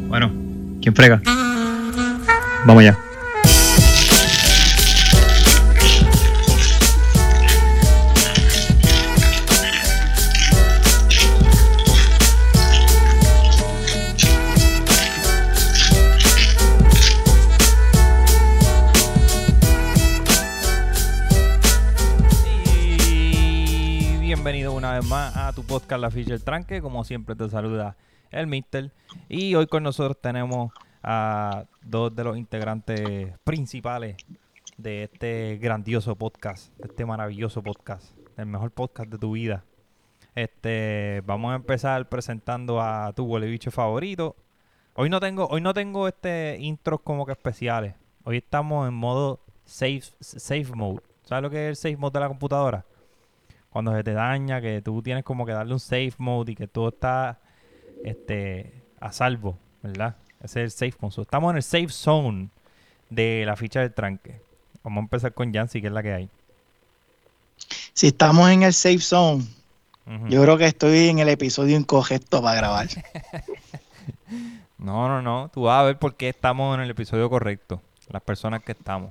Bueno, ¿quién frega? Vamos allá. Y bienvenido una vez más a tu podcast La Ficha del Tranque. Como siempre te saluda el Mister. Y hoy con nosotros tenemos a dos de los integrantes principales de este grandioso podcast, de este maravilloso podcast, el mejor podcast de tu vida. Vamos a empezar presentando a tu huele bicho favorito. Hoy no tengo intros como que especiales. Hoy estamos en modo safe mode. ¿Sabes lo que es el safe mode de la computadora? Cuando se te daña, que tú tienes como que darle un safe mode y que todo está a salvo, ¿verdad? Ese es el safe mode. So, estamos en el safe zone de la ficha del tranque. Vamos a empezar con Yancy, que es la que hay. Si estamos en el safe zone, Uh-huh. yo creo que estoy en el episodio incorrecto para grabar. No. Tú vas a ver por qué estamos en el episodio correcto. Las personas que estamos.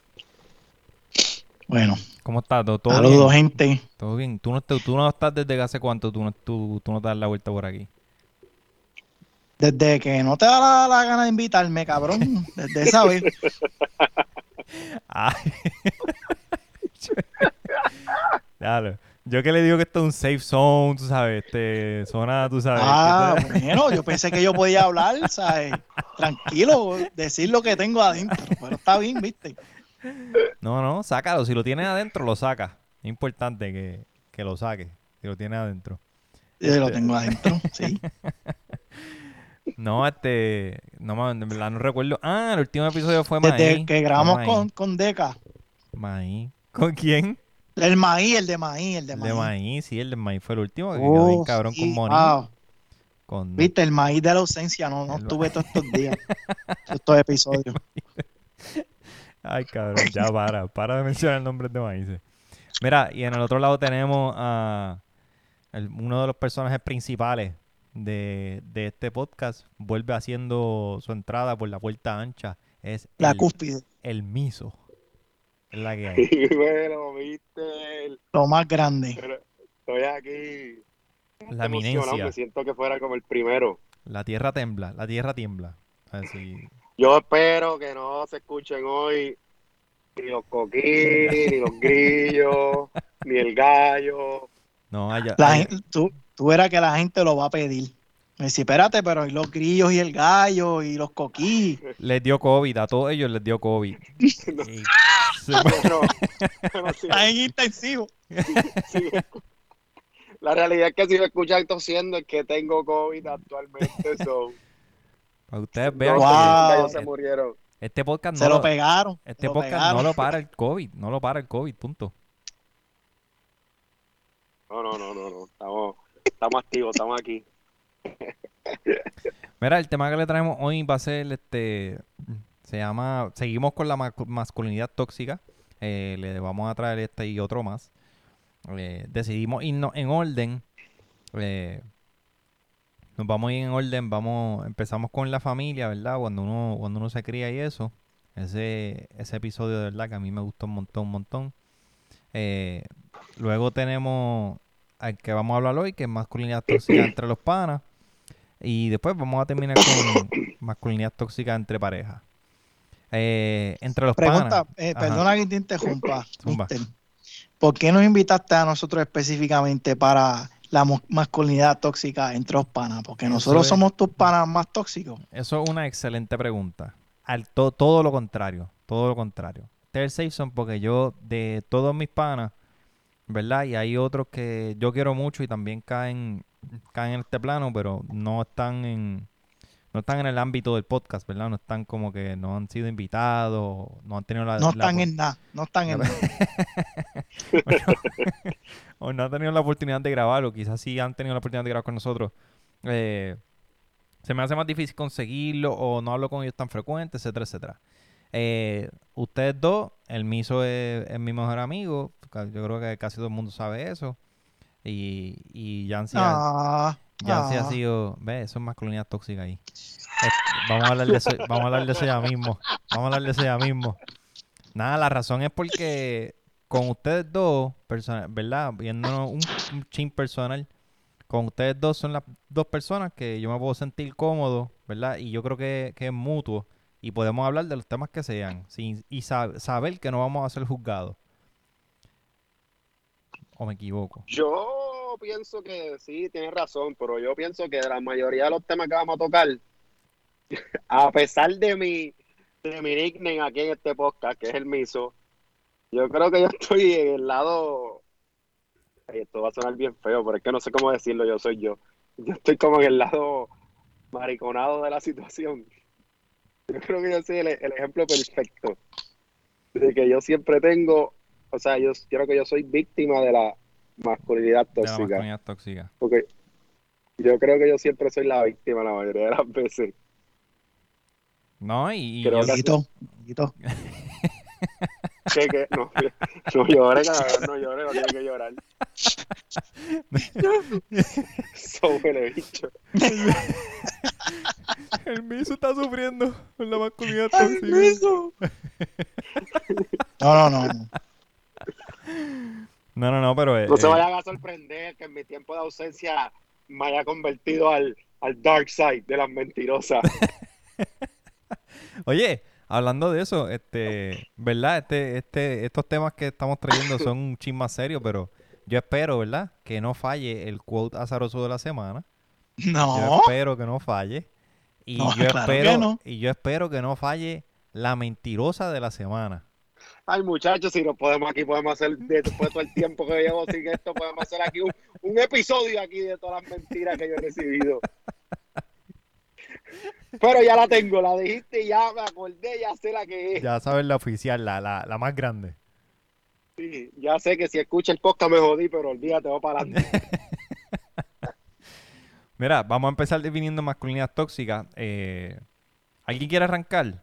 Bueno, ¿Cómo estás? ¿Todo saludos, bien? gente. Todo bien. Tú no estás desde hace cuánto. Tú no te das la vuelta por aquí. Desde que no te da la gana de invitarme, cabrón, desde esa vez. Ay. Claro. Yo que le digo que esto es un safe zone, tú sabes, zona, tú sabes. Bueno, yo pensé que yo podía hablar, ¿sabes? Tranquilo, decir lo que tengo adentro, pero está bien, ¿viste? No, sácalo. Si lo tienes adentro, lo sacas. Es importante que lo saques, si lo tienes adentro. Yo lo tengo adentro, sí. No, en verdad no recuerdo. Ah, el último episodio fue Desde Maíz. que grabamos con Deca. Maíz. ¿Con quién? El de maíz. El de Maíz, sí, el de Maíz fue el último, que quedó bien cabrón Sí, con Moni. wow. Con Viste, el maíz de la ausencia, no estuve todos estos días, estos episodios. Ay, cabrón, ya para de mencionar nombres de Maíz. Mira, y en el otro lado tenemos a uno de los personajes principales de este podcast. Vuelve haciendo su entrada por la puerta ancha. Es La cúspide. el Miso. Es la que hay. Bueno, viste, Lo más grande. pero estoy aquí La emocionado, eminencia. me siento que fuera como el primero. La tierra tiembla. Así. Yo espero que no se escuchen hoy ni los coquín, ni los grillos, ni el gallo. No, Tú verás que la gente lo va a pedir. Me dice, espérate, pero ¿y los grillos y el gallo y los coquí? les dio COVID, a todos ellos les dio COVID. No, Y pero sí, Está en intensivo. sí. La realidad es que si me escuchan tosiendo es que tengo COVID actualmente. para ustedes No, vean Wow. los que gallos se murieron. este podcast Se lo pegaron. este podcast no lo para el COVID. No lo para el COVID, punto. No. Estamos activos, estamos aquí. Mira, el tema que le traemos hoy va a ser se llama, seguimos con la masculinidad tóxica. Le vamos a traer este y otro más. Decidimos irnos en orden. Nos vamos a ir en orden. Empezamos con la familia, ¿verdad? Cuando uno se cría y eso. Ese episodio de verdad que a mí me gustó un montón. Luego tenemos al que vamos a hablar hoy, que es masculinidad tóxica entre los panas. Y después vamos a terminar con masculinidad tóxica entre parejas. Entre los Pregunta, panas. perdona que te interrumpa, Zumba. mister. ¿Por qué nos invitaste a nosotros específicamente para la masculinidad tóxica entre los panas? Porque Eso nosotros es- somos tus panas más tóxicos. Eso es una excelente pregunta. Todo lo contrario. Este es el safe zone porque yo, de todos mis panas, ¿verdad? Y hay otros que yo quiero mucho y también caen en este plano, pero no están en el ámbito del podcast, ¿verdad? No están como que no han sido invitados, no han tenido No están en nada. o no han tenido la oportunidad de grabarlo, quizás sí han tenido la oportunidad de grabar con nosotros. Se me hace más difícil conseguirlo o no hablo con ellos tan frecuente, etcétera, etcétera. Ustedes dos, el Miso es mi mejor amigo, yo creo que casi todo el mundo sabe eso. Y Yancy ha sido, ¿ves? Eso es masculinidad tóxica ahí. Vamos a hablar de eso, vamos a hablar de eso ya mismo. Vamos a hablar de eso ya mismo. Nada, la razón es porque con ustedes dos, ¿verdad? Viéndonos un chin personal, con ustedes dos son las dos personas que yo me puedo sentir cómodo, ¿verdad? Y yo creo que es mutuo. Y podemos hablar de los temas que sean. Y saber que no vamos a ser juzgados. ¿O me equivoco? Yo pienso que sí, tienes razón, pero yo pienso que de la mayoría de los temas que vamos a tocar, a pesar de mi nickname aquí en este podcast, que es el Miso, yo creo que yo estoy en el lado. Ay, esto va a sonar bien feo, pero es que no sé cómo decirlo, yo soy yo. Yo estoy como en el lado mariconado de la situación. Yo creo que yo soy el ejemplo perfecto de que yo siempre tengo, o sea, yo creo que yo soy víctima de la masculinidad De la tóxica, masculinidad tóxica. porque yo creo que yo siempre soy la víctima la mayoría de las veces. No, y Creo yo... que Amiguito, amiguito. no, no llore, cabrón, no llore, no tiene que llorar. Sobre bicho. El miso está sufriendo con la masculinidad ¡Ay, tóxica. Miso! No, no, no, no. No, pero... No se vayan a sorprender que en mi tiempo de ausencia me haya convertido al dark side de las mentirosas. Oye, hablando de eso, ¿verdad? Estos temas que estamos trayendo son un chin más serios, pero yo espero, ¿verdad? Que no falle el quote azaroso de la semana. Yo No, espero que no falle. Y no, yo claro que espero, no. y yo espero que no falle la mentirosa de la semana. Ay, muchachos, si nos podemos aquí, podemos hacer, después de todo el tiempo que llevo sin esto, podemos hacer aquí un episodio aquí de todas las mentiras que yo he recibido. Pero ya la tengo, la dijiste, ya me acordé, ya sé la que es. Ya sabes la oficial, la más grande. Sí, ya sé que si escucha el podcast me jodí, pero olvídate, va para adelante. Mira, vamos a empezar definiendo masculinidad tóxica. ¿Alguien quiere arrancar?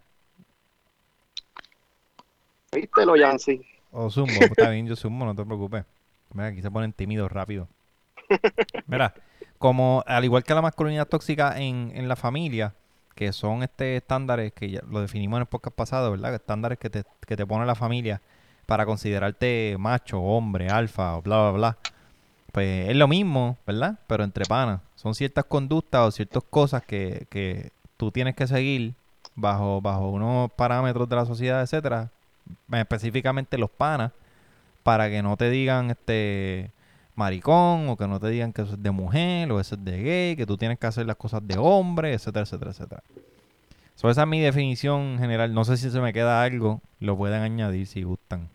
Vístelo, Yancy. O Zumbo, pues está bien, yo Zumbo, no te preocupes. Mira, aquí se ponen tímidos rápido. Mira, como al igual que la masculinidad tóxica en la familia, que son estándares que ya lo definimos en el podcast pasado, ¿verdad? Estándares que te pone la familia para considerarte macho, hombre, alfa, o bla, bla, bla. Pues es lo mismo, ¿verdad? Pero entre panas. Son ciertas conductas o ciertas cosas que tú tienes que seguir bajo unos parámetros de la sociedad, etcétera. Específicamente los panas, para que no te digan maricón, o que no te digan que eso es de mujer, o eso es de gay, que tú tienes que hacer las cosas de hombre, etcétera, etcétera, etcétera. Esa es mi definición general. No sé si se me queda algo, lo pueden añadir si gustan.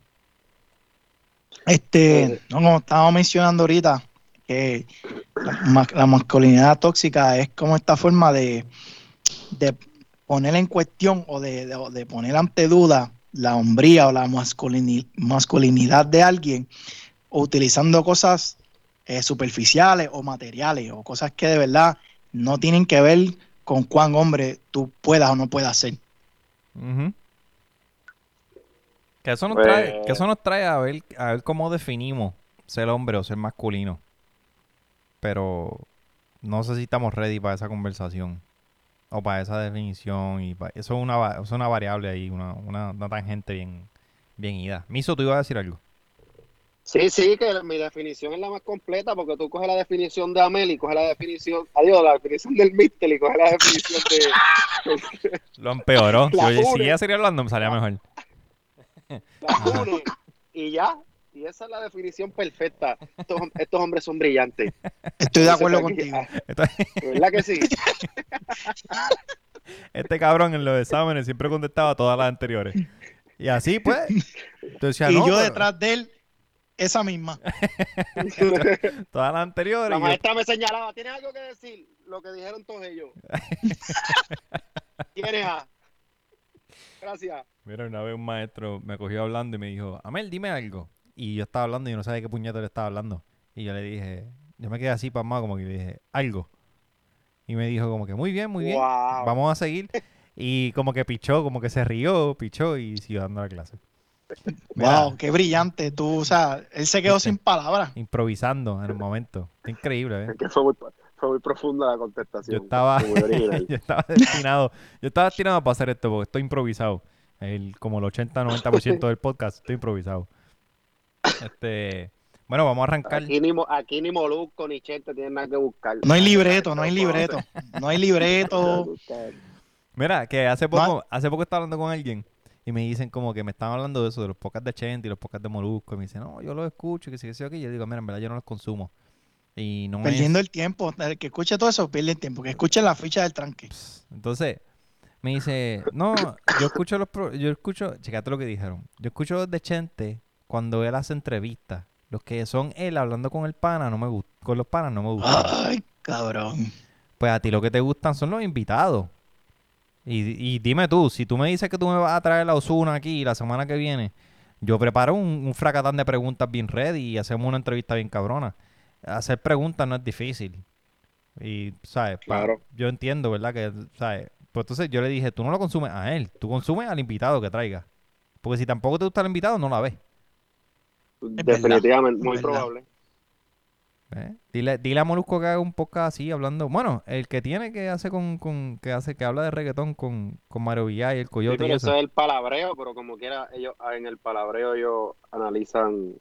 No, como estábamos mencionando ahorita, que la masculinidad tóxica es como esta forma de poner en cuestión o de poner ante duda la hombría o la masculinidad de alguien, o utilizando cosas superficiales o materiales, o cosas que de verdad no tienen que ver con cuán hombre tú puedas o no puedas ser. Ujú. Que eso nos Pues, trae, que eso nos trae a ver cómo definimos ser hombre o ser masculino. Pero no sé si estamos ready para esa conversación o para esa definición. Eso es una variable ahí, una tangente bien ida. Miso, tú ibas a decir algo. sí, que mi definición es la más completa, porque tú coges la definición de Amel y coges la definición, la definición del Mister y coges la definición de Lo empeoró. la Si une, ella sería hablando, me salía mejor. la une, y ya. Y esa es la definición perfecta. Estos hombres son brillantes. Estoy de Dice acuerdo que aquí- contigo. ¿Verdad que sí? Este cabrón en los exámenes siempre contestaba todas las anteriores. Y así pues, tú decías, Y no, yo pero detrás de él, esa misma. todas las anteriores. La y yo, maestra me señalaba, ¿tienes algo que decir? Lo que dijeron todos ellos. ¿Tienes A? Gracias. Mira, una vez un maestro me cogió hablando y me dijo, Amel, dime algo. Y yo estaba hablando y no sabía qué puñeta le estaba hablando. Y yo le dije, yo me quedé así pasmado, como que le dije, algo. Y me dijo como que, muy bien, Wow. vamos a seguir. Y como que pichó, como que se rió, pichó y siguió dando la clase. Mira, Wow, qué brillante. Tú, o sea, él se quedó sin palabras. improvisando en el momento. Está increíble, ¿eh? Es que Fue muy profunda la contestación. Yo estaba, Muy original. yo estaba destinado para hacer esto porque estoy improvisado. Como el 80-90% del podcast estoy improvisado. Bueno, vamos a arrancar. Aquí ni Molusco ni Chente tienen nada que buscar. No hay libreto, no hay libreto. No hay libreto. Mira, que hace No. poco estaba hablando con alguien y me dicen como que me estaban hablando de eso, de los podcasts de Chente y los podcasts de Molusco. Y me dicen, no, yo los escucho, que sí, que sí, que yo digo, mira, en verdad yo no los consumo. Y no Perdiendo es... el tiempo. El que escuche todo eso pierde el tiempo. Que escuche la ficha del tranque. Entonces, me dice, no, yo escucho, checate lo que dijeron. Yo escucho los de Chente cuando él hace entrevistas. Los que son él hablando con el pana, no me gusta, con los panas no me gustan. Ay, cabrón. Pues a ti lo que te gustan son los invitados. Y dime tú, si tú me dices que tú me vas a traer la Ozuna aquí la semana que viene, yo preparo un fracatán de preguntas bien ready y hacemos una entrevista bien cabrona. Hacer preguntas no es difícil. Y, ¿sabes? Claro. Yo entiendo, ¿verdad? Que, ¿sabes? Pues entonces yo le dije, tú no lo consumes a él, tú consumes al invitado que traiga. Porque si tampoco te gusta el invitado, no la ves. Definitivamente, verdad, muy es verdad. probable. Dile a Molusco que haga un podcast así hablando. Bueno, el que tiene que hace que habla de reggaetón con Mario Villay y el Sí, Coyote y pero eso. eso es el palabreo, pero como quiera, ellos en el palabreo ellos analizan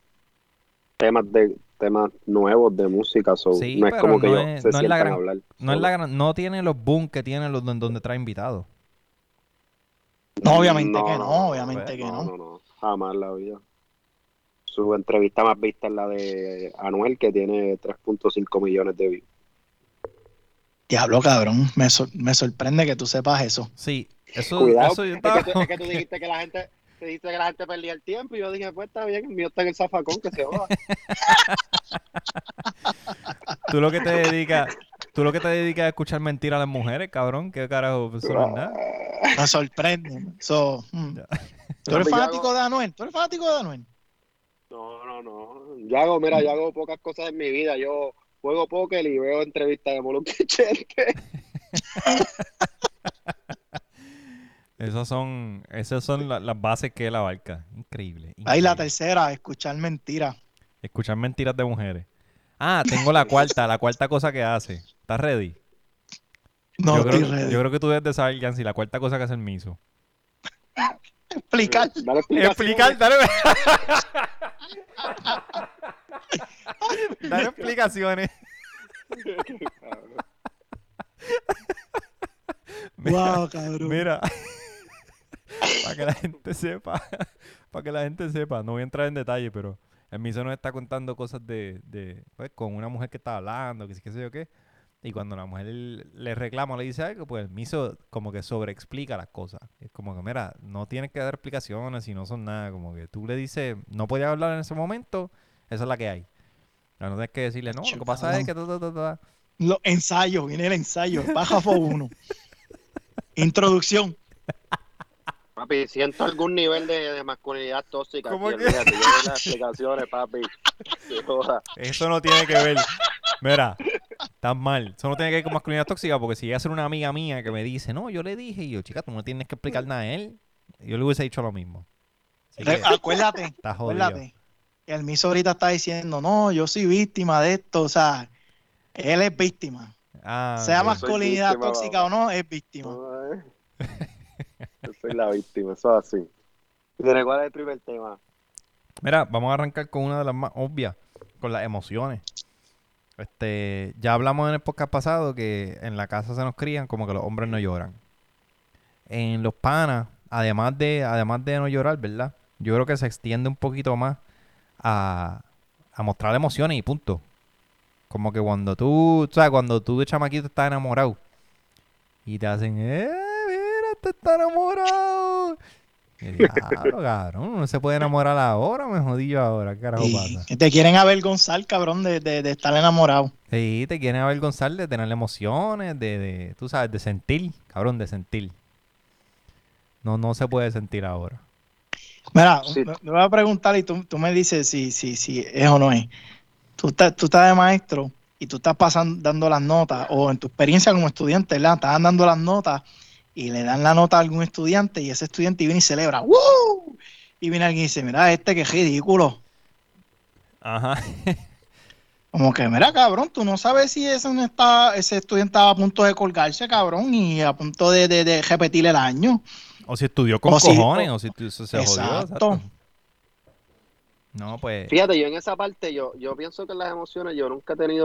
temas nuevos de música, so Sí, no es pero como que no ellos es, se no es la sientan a gran, hablar no es la solo. gran, no tiene los boom que tienen los donde trae invitados. No, obviamente No, que no, no, obviamente que no, no. no, no, jamás en la vida. Su entrevista más vista es la de Anuel, que tiene 3.5 millones de views. Diablo, cabrón. Me sorprende que tú sepas eso. Sí, Cuidado, eso yo es estaba que, como es que tú dijiste que la gente, te dijiste que la gente perdía el tiempo, y yo dije, pues está bien, el mío está en el zafacón, que se joda. tú lo que te dedicas, tú lo que te dedicas a escuchar mentiras a las mujeres, cabrón, qué carajo, eso no es nada. Me sorprende. So, Ya. ¿Tú eres Yo fanático hago- de Anuel? ¿Tú eres fanático de Anuel? No. Yo hago pocas cosas en mi vida. Yo juego póker y veo entrevistas de Molusco y Chente. Esas son las bases que él abarca. Increíble, Ahí la increíble. tercera, escuchar mentiras. Escuchar mentiras de mujeres. Ah, tengo la cuarta cosa que hace. ¿Estás ready? No Yo estoy creo, ready. yo creo que tú debes de saber, Jancy, la cuarta cosa que hace el miso. Explicar. Dale Explicar, explicaciones. dale explicaciones. Wow, cabrón. Mira, para que la gente sepa, no voy a entrar en detalle, pero el miso nos está contando cosas pues, con una mujer que está hablando, que sí, qué sé yo qué, y cuando la mujer le reclama o le dice algo, pues el miso como que sobreexplica las cosas. Es como que, mira, no tienes que dar explicaciones si no son nada, como que tú le dices, no podías hablar en ese momento, esa es la que hay. No tienes que decirle, no, lo que pasa es que... Los ensayos, viene el ensayo. Párrafo 1. Introducción. Papi, siento algún nivel de masculinidad tóxica ¿Cómo aquí, que? olvídate. Yo doy las explicaciones, papi. Se joda. Eso no tiene que ver. Mira, estás mal. Eso no tiene que ver con masculinidad tóxica porque si llega a ser una amiga mía que me dice, no, yo le dije, y yo, chica, tú no tienes que explicar nada a él, yo le hubiese dicho lo mismo. Así que Acuérdate, estás jodido. acuérdate. Que el miso ahorita está diciendo, no, yo soy víctima de esto. O sea, él es víctima. Ah, Sea ok. masculinidad víctima, tóxica papá. o no, es víctima. Yo soy la víctima, eso es así. Mira, ¿cuál es el primer tema? Mira, vamos a arrancar con una de las más obvias, con las emociones. Ya hablamos en el podcast pasado que en la casa se nos crían como que los hombres no lloran. En los panas, además de no llorar, ¿verdad? Yo creo que se extiende un poquito más a mostrar emociones y punto. Como que cuando tú, ¿sabes? Cuando tú de chamaquito estás enamorado y te hacen, mira, te está enamorado. Y diablo, cabrón, no se puede enamorar ahora, me jodí yo ahora, ¿qué carajo pasa? Y te quieren avergonzar, cabrón, de estar enamorado. Sí, te quieren avergonzar de tener emociones, tú sabes, de sentir, cabrón, de sentir. No se puede sentir ahora. Mira, Sí. me voy a preguntar y tú me dices si es o no es. Tú estás de maestro y tú estás dando las notas, o en tu experiencia como estudiante, ¿verdad? Estás dando las notas y le dan la nota a algún estudiante y ese estudiante viene y celebra. ¡Woo! Y viene alguien y dice, mira, qué ridículo. Ajá. Como que, mira, cabrón, tú no sabes si ese estudiante estaba a punto de colgarse, cabrón, y a punto de repetir el año. O si estudió con O si, cojones, o si se jodió, exacto. exacto. No, pues. Fíjate, yo en esa parte, yo pienso que en las emociones yo nunca he tenido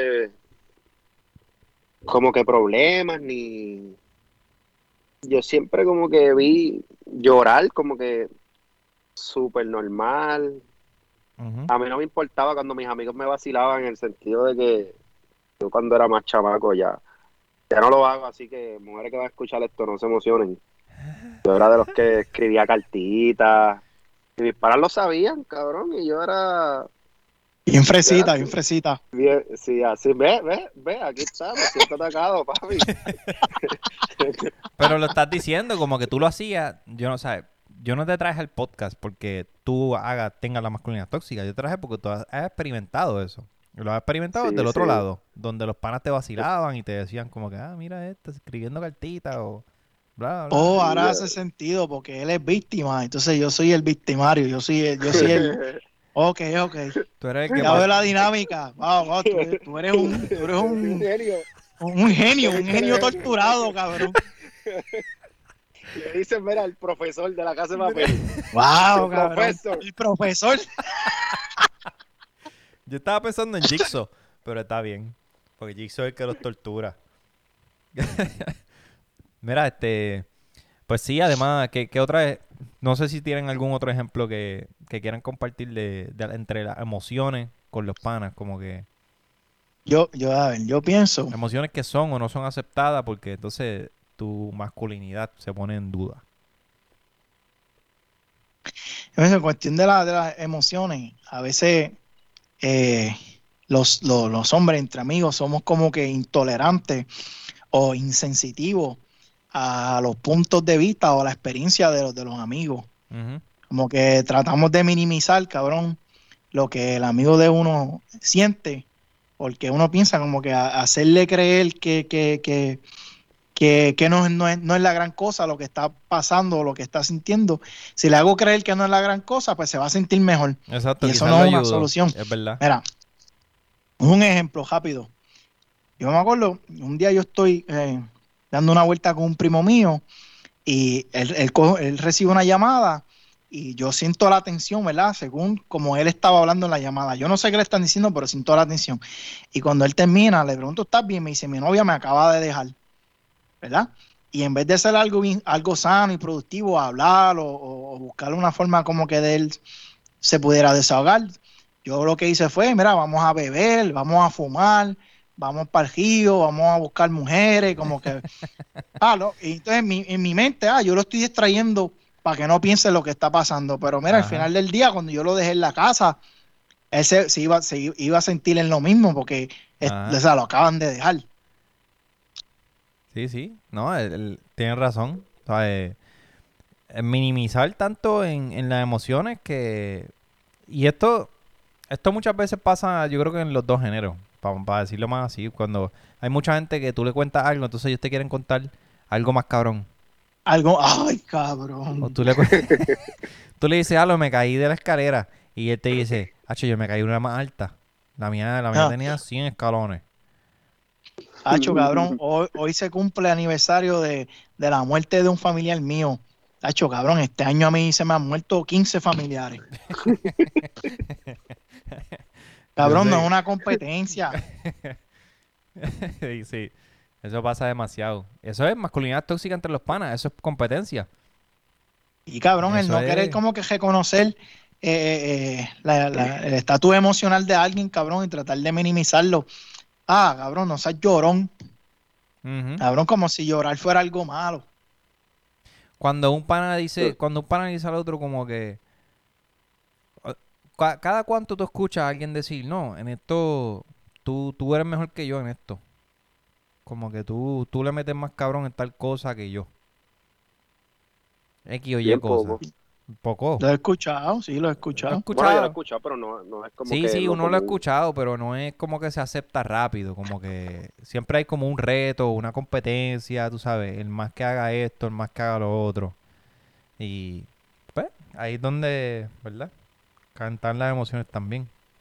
como que problemas, ni yo siempre como que vi llorar como que súper normal. Ujú. A mí no me importaba cuando mis amigos me vacilaban en el sentido de que yo cuando era más chamaco ya no lo hago, así que mujeres que van a escuchar esto no se emocionen. Yo era de los que escribía cartitas y mis padres lo sabían, cabrón, y yo era Bien así. fresita. Bien, sí, así, ve, aquí está, me siento atacado, papi. Pero lo estás diciendo como que tú lo hacías, yo no sé, yo no te traje el podcast porque tú tengas la masculinidad tóxica, yo te traje porque tú has experimentado eso. Lo has experimentado Sí, del otro sí. lado, donde los panas te vacilaban y te decían como que, mira esto, escribiendo cartitas o bla, bla. Oh, Sí, ahora hace sentido porque él es víctima, entonces yo soy el victimario, yo soy el. Ok, ok. Tú eres el que Ya veo pasa. la dinámica. Wow, wow, tú eres un, tú eres un genio. un ¿Viste el genio ejemplo? torturado, cabrón. Le dicen, mira, el profesor de la casa de papel. Wow, cabrón. Profesor. El profesor. Yo estaba pensando en Jigsaw, pero está bien, porque Jigsaw es el que los tortura. Mira, pues sí, además, ¿qué otra es? No sé si tienen algún otro ejemplo que quieran compartir entre las emociones con los panas, como que A ver, yo pienso. emociones que son o no son aceptadas porque entonces tu masculinidad se pone en duda. En cuestión de las emociones, a veces eh, los hombres entre amigos somos como que intolerantes o insensitivos a los puntos de vista o a la experiencia de los amigos. Ujú. Como que tratamos de minimizar, cabrón, lo que el amigo de uno siente, porque uno piensa como que hacerle creer que no es la gran cosa lo que está pasando o lo que está sintiendo. Si le hago creer que no es la gran cosa, pues se va a sentir mejor. Exacto, Y eso quizás no lo es una ayudo, solución. es verdad. Mira, un ejemplo rápido. Yo me acuerdo, un día yo estoy dando una vuelta con un primo mío y él recibe una llamada y yo siento la atención, ¿verdad? Según como él estaba hablando en la llamada. Yo no sé qué le están diciendo, pero siento la atención. Y cuando él termina, le pregunto, ¿estás bien? Me dice, mi novia me acaba de dejar, ¿verdad? Y en vez de hacer algo sano y productivo, hablar o buscar una forma como que de él se pudiera desahogar, yo lo que hice fue, mira, vamos a beber, vamos a fumar, vamos para el río, vamos a buscar mujeres, como que, no. Y entonces en mi mente, yo lo estoy distrayendo para que no piense lo que está pasando. Pero mira, al Ajá, final del día, cuando yo lo dejé en la casa, él se iba a sentir en lo mismo porque o ajá. sea, lo acaban de dejar. Sí, sí. No, él tiene razón. O sea, minimizar tanto en las emociones que... Y esto muchas veces pasa, yo creo que en los dos géneros, para decirlo más así, cuando hay mucha gente que tú le cuentas algo, entonces ellos te quieren contar algo más cabrón. Algo, ay, O cabrón. tú le dices, me caí de la escalera. Y él te dice, yo me caí una más alta. La mía Ah, tenía 100 escalones. cabrón, hoy se cumple el aniversario de la muerte de un familiar mío. Hacho, cabrón, este año a mí se me han muerto 15 familiares. Yo Cabrón, no es sé. una competencia. Sí, sí. Eso pasa demasiado. Eso es masculinidad tóxica entre los panas. Eso es competencia. Y cabrón, el Eso no querer es... como que reconocer el estatus emocional de alguien, cabrón, y tratar de minimizarlo. Cabrón, no seas llorón. Ujú. Cabrón, como si llorar fuera algo malo. Cuando un pana dice al otro como que... Cada cuánto tú escuchas a alguien decir, no, en esto, tú eres mejor que yo en esto. Como que tú le metes más cabrón en tal cosa que yo. X o Y Bien cosa. poco. Poco. Lo he escuchado, sí, lo he Lo he escuchado. Bueno, yo lo he escuchado. escuchado, pero no es como Sí, que sí, lo uno lo ha común. escuchado, pero no es como que se acepta rápido. Como que siempre hay como un reto, una competencia, tú sabes. El más que haga esto, el más que haga lo otro. Y pues ahí es donde, ¿verdad? Cantar las emociones también.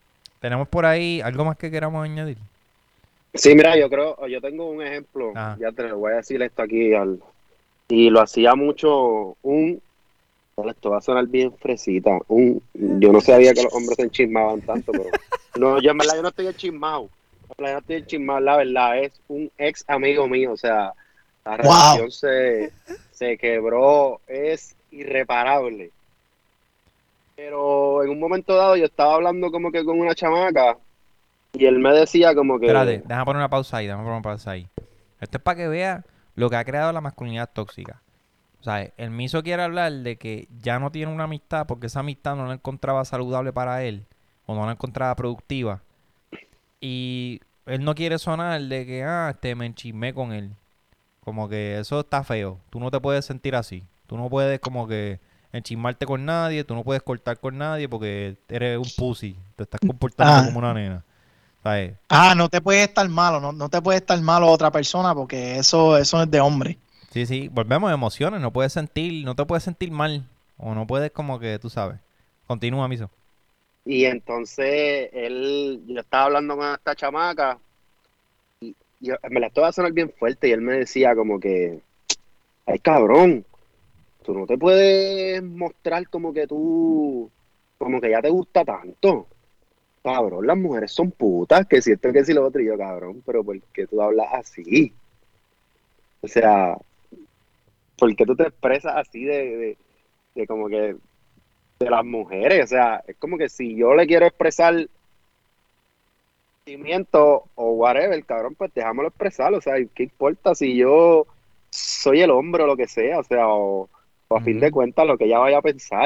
tenemos por ahí algo más que queramos añadir. Sí, mira, yo tengo un ejemplo, Ajá. ya te lo voy a decir esto aquí, y lo hacía mucho esto va a sonar bien fresita, yo no sabía que los hombres se enchismaban tanto, pero, no, yo en verdad yo no estoy enchismado, en verdad yo no estoy enchismado, la verdad, es un ex amigo mío, o sea, la Wow. relación se quebró, es irreparable, pero en un momento dado yo estaba hablando como que con una chamaca, y él me decía como Espérate, que, déjame poner una pausa ahí, déjame poner una pausa ahí. Esto es para que vea lo que ha creado la masculinidad tóxica. O sea, el Miso quiere hablar de que ya no tiene una amistad porque esa amistad no la encontraba saludable para él o no la encontraba productiva. Y él no quiere sonar de que, me enchismé con él. Como que eso está feo. Tú no te puedes sentir así. Tú no puedes como que enchismarte con nadie, tú no puedes cortar con nadie porque eres un pussy. Te estás comportando Ah, como una nena. ¿Sabes? no te puede estar malo, no te puede estar malo otra persona porque eso es de hombre. Sí, sí, volvemos a emociones, no puedes sentir, no te puedes sentir mal, o no puedes como que, tú sabes. Continúa, Miso. y entonces yo estaba hablando con esta chamaca, me la estaba a sonar bien fuerte, y él me decía como que, ay cabrón, tú no te puedes mostrar como que ya te gusta tanto. Cabrón, las mujeres son putas, que si esto, que si lo otro, y yo, cabrón, pero ¿por qué tú hablas así? O sea, ¿por qué tú te expresas así de como que de las mujeres? O sea, es como que si yo le quiero expresar sentimiento o whatever, cabrón, pues dejámoslo expresar, o sea, ¿qué importa si yo soy el hombre o lo que sea? O sea, o a fin de Ujú. cuentas lo que ella vaya a pensar.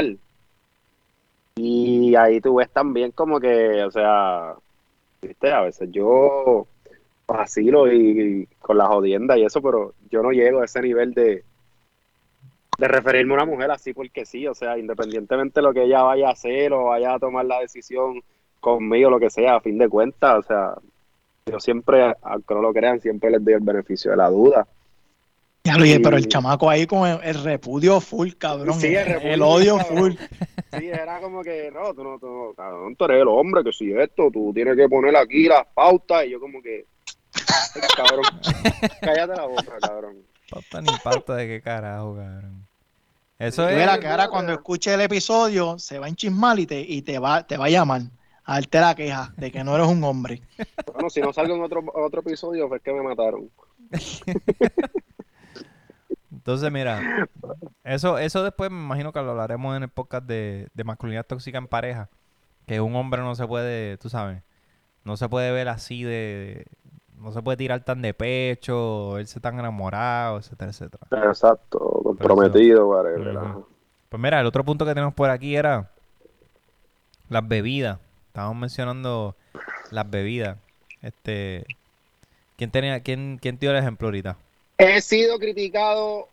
Y ahí tú ves también como que, o sea, viste, a veces yo vacilo y con la jodienda y eso, pero yo no llego a ese nivel de referirme a una mujer así porque sí, o sea, independientemente de lo que ella vaya a hacer o vaya a tomar la decisión conmigo, lo que sea, a fin de cuentas, o sea, yo siempre, aunque no lo crean, siempre les doy el beneficio de la duda. Ya lo dije, pero el Y chamaco ahí con el repudio full, cabrón, sí, el el repudio full odio full. cabrón. Sí, era como que, no, cabrón, tú eres el hombre, que si esto, tú tienes que poner aquí las pautas, y yo como que, ay, cabrón, cállate la boca, cabrón. Pauta ni pauta de qué carajo, cabrón. Eso Y Sí, verá es. que ahora cuando fíjate. escuche el episodio se va a enchismar y te va a llamar a darte la queja de que no eres un hombre. Bueno, si no salgo en otro episodio, fue que me mataron. Entonces, mira, eso después me imagino que lo hablaremos en el podcast de masculinidad tóxica en pareja. Que un hombre no se puede, tú sabes, no se puede ver así no se puede tirar tan de pecho, verse tan enamorado, etcétera, etcétera. Exacto, Por eso. comprometido, whatever, Ujú. ajá. Pues mira, el otro punto que tenemos por aquí era las bebidas. Estábamos mencionando las bebidas. Este, quién te dio el ejemplo ahorita? He sido criticado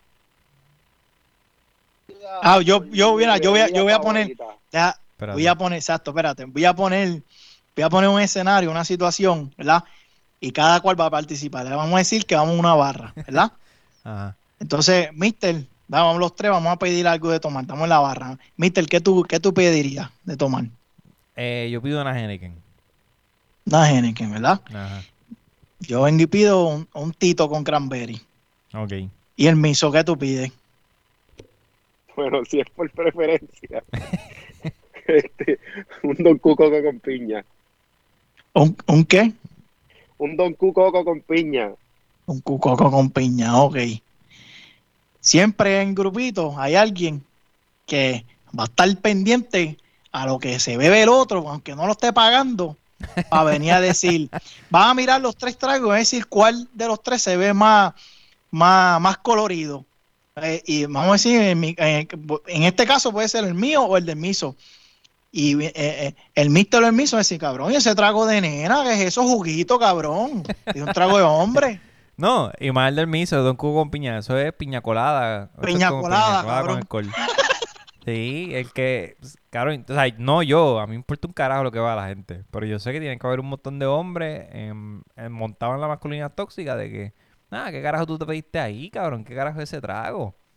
Yo, por yo, mi mira, bebida yo voy a poner, favorita. voy Espérate. a poner, exacto, espérate, voy a poner un escenario, una situación, ¿verdad? Y cada cual va a participar. Le vamos a decir que vamos a una barra, ¿verdad? Ajá. Entonces, mister, vamos los tres, vamos a pedir algo de tomar, estamos en la barra. Mister, ¿qué tú pedirías de tomar? Yo pido una Heineken. Una Heineken, ¿verdad? Ajá. Yo vengo y pido un Tito con cranberry. Ok. Y el miso, ¿qué tú pides? Bueno, si es por preferencia, este, un Don Cucoco con piña. ¿Un qué? Un Don Cucoco con piña. Un cucoco con piña, ok. Siempre en grupitos hay alguien que va a estar pendiente a lo que se bebe el otro, aunque no lo esté pagando, para venir a decir, van a mirar los tres tragos y a decir cuál de los tres se ve más colorido. Y vamos a decir, en este caso puede ser el mío o el del miso. Y el mister o el miso decir, cabrón, ¿y ese trago de nena? ¿Qué es eso? Juguito, cabrón. Es un trago de hombre. No, y más el del miso, Don Cuco con piña. Eso es piña colada. Eso es Piña como piña colada, colada con cabrón. alcohol. Sí, el que, cabrón, o sea, no yo, a mí me importa un carajo lo que va a la gente, pero yo sé que tiene que haber un montón de hombres montados en la masculinidad tóxica de que, nada, ¿qué carajo tú te pediste ahí, cabrón? ¿Qué carajo es ese trago?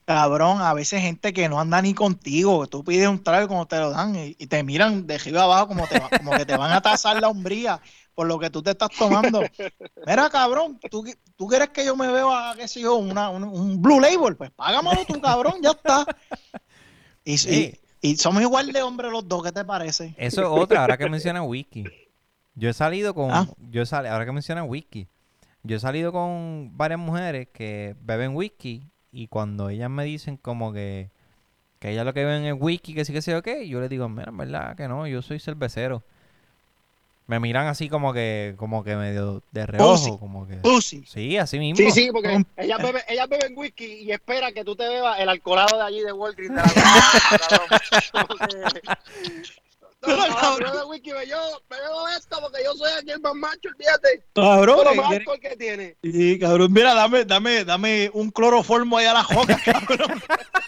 Cabrón, a veces gente que no anda ni contigo, que tú pides un trago como te lo dan y te miran de arriba abajo como que te van a tasar la hombría por lo que tú te estás tomando. Mira, cabrón, ¿tú quieres que yo me beba, qué sé yo, un Blue Label? Pues págamelo tú, cabrón, ya está. Eh, Y somos igual de hombres los dos, ¿qué te parece? Eso es otra, ahora que menciona whisky. Yo he salido Ah, con, ahora que menciona whisky, yo he salido con varias mujeres que beben whisky y cuando ellas me dicen como que ellas lo que beben es whisky, que sí que sé yo qué, yo les digo, mira, en verdad que no, yo soy cervecero. Me miran así como que medio de reojo, pussy, como que, pussy. sí, así Sí, mismo. sí, porque Un- ellas beben whisky y esperan que tú te bebas el alcoholado de allí de Walgreens de la compañía, cabrón. Como que, no, cabrón, tú bebes whisky, yo me bebo esto porque yo soy aquí el más macho, olvídate. Cabrón, Todo lo ¿qué más quieres? alcohol que tiene. Sí, cabrón, mira, dame un cloroformo ahí a la joca, cabrón.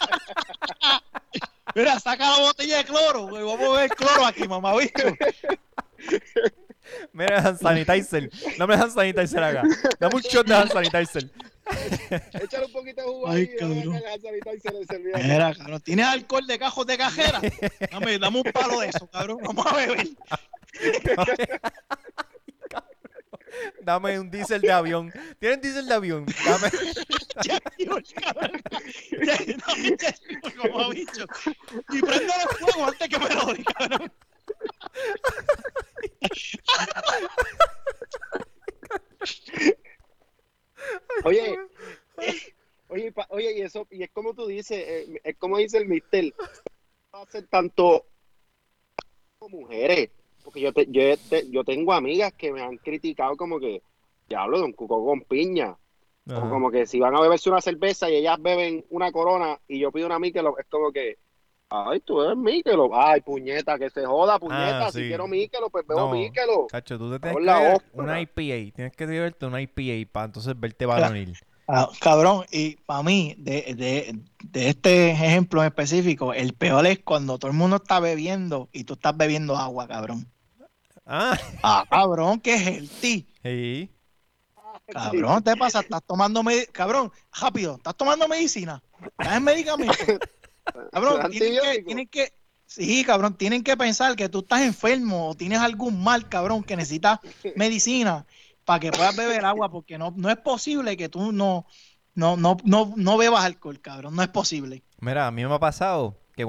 Mira, saca la botella de cloro, güey. Vamos a ver cloro aquí, mamabicho. Mira, hand sanitizer. Dame hand sanitizer acá. Dame un shot de hand sanitizer. Échale un poquito de jugo Ay, ahí y cabrón. a cagar y se le servía. Mira, cabrón, ¿tienes alcohol de cajos de cajera? Dame un palo de eso, cabrón. Vamos a beber. Dame un diésel de avión. ¿Tienen diésel de avión? Dame. Ya, Dios, cabrón. Ya, dame ya, Dios, mamabicho. Y préndele fuego antes que me lo dé, cabrón. Oye, oye, y eso, y es como tú dices, es como dice el mister, va a ser tanto como mujeres, porque yo tengo amigas que me han criticado como que, diablo, de un cuco con piña, o Ajá. como que si van a beberse una cerveza y ellas beben una Corona y yo pido una Michelob, es como que, ay, tú bebes Michelob, ay, puñeta, que se joda, puñeta, Ah, si sí. quiero Michelob, pues bebo No, Michelob, cacho, tú te tienes con que la beber una otra. IPA. Tienes que beberte una IPA para entonces verte varonil. Cabrón, y para mí, de este ejemplo en específico, el peor es cuando todo el mundo está bebiendo y tú estás bebiendo agua, cabrón. Ah, Ah, cabrón, ¿qué es el ti? sí. Sí. Cabrón, te pasa, estás tomando cabrón, rápido, estás tomando medicina, estás en medicamento. Cabrón, Antibiótico. sí, cabrón, tienen que pensar que tú estás enfermo o tienes algún mal, cabrón, que necesitas medicina para que puedas beber agua, porque no es posible que tú no bebas alcohol, cabrón, no es posible. Mira, a mí me ha pasado que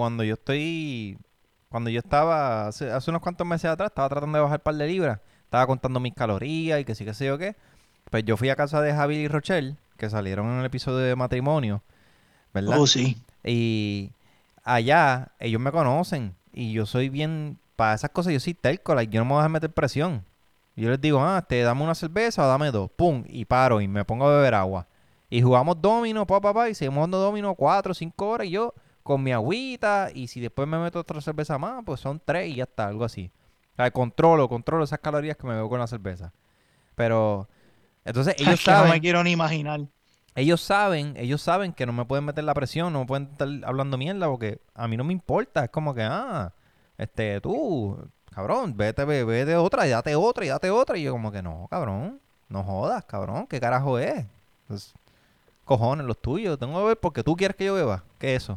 cuando yo estaba, hace unos cuantos meses atrás, estaba tratando de bajar un par de libras, estaba contando mis calorías y que sí, que sé yo qué. Pues yo fui a casa de Javi y Rochelle, que salieron en el episodio de matrimonio, ¿verdad? Oh, sí. Y allá ellos me conocen y yo soy bien, para esas cosas yo soy terco, like, yo no me voy a dejar meter presión. Yo les digo, te dame una cerveza o dame dos, pum, y paro y me pongo a beber agua. Y jugamos domino, y seguimos jugando domino 4 o 5 horas y yo con mi agüita y si después me meto otra cerveza más, pues son 3 y ya está, algo así. O sea, controlo esas calorías que me bebo con la cerveza. Pero, entonces Es que no me quiero ni imaginar. ellos saben que no me pueden meter la presión, no me pueden estar hablando mierda porque a mí no me importa. Es como que, tú, cabrón, vete otra, y date otra, y date otra. Y yo como que, no, cabrón, no jodas, cabrón, ¿qué carajo es? Pues, cojones, los tuyos, tengo que beber porque tú quieres que yo beba. ¿Qué es eso?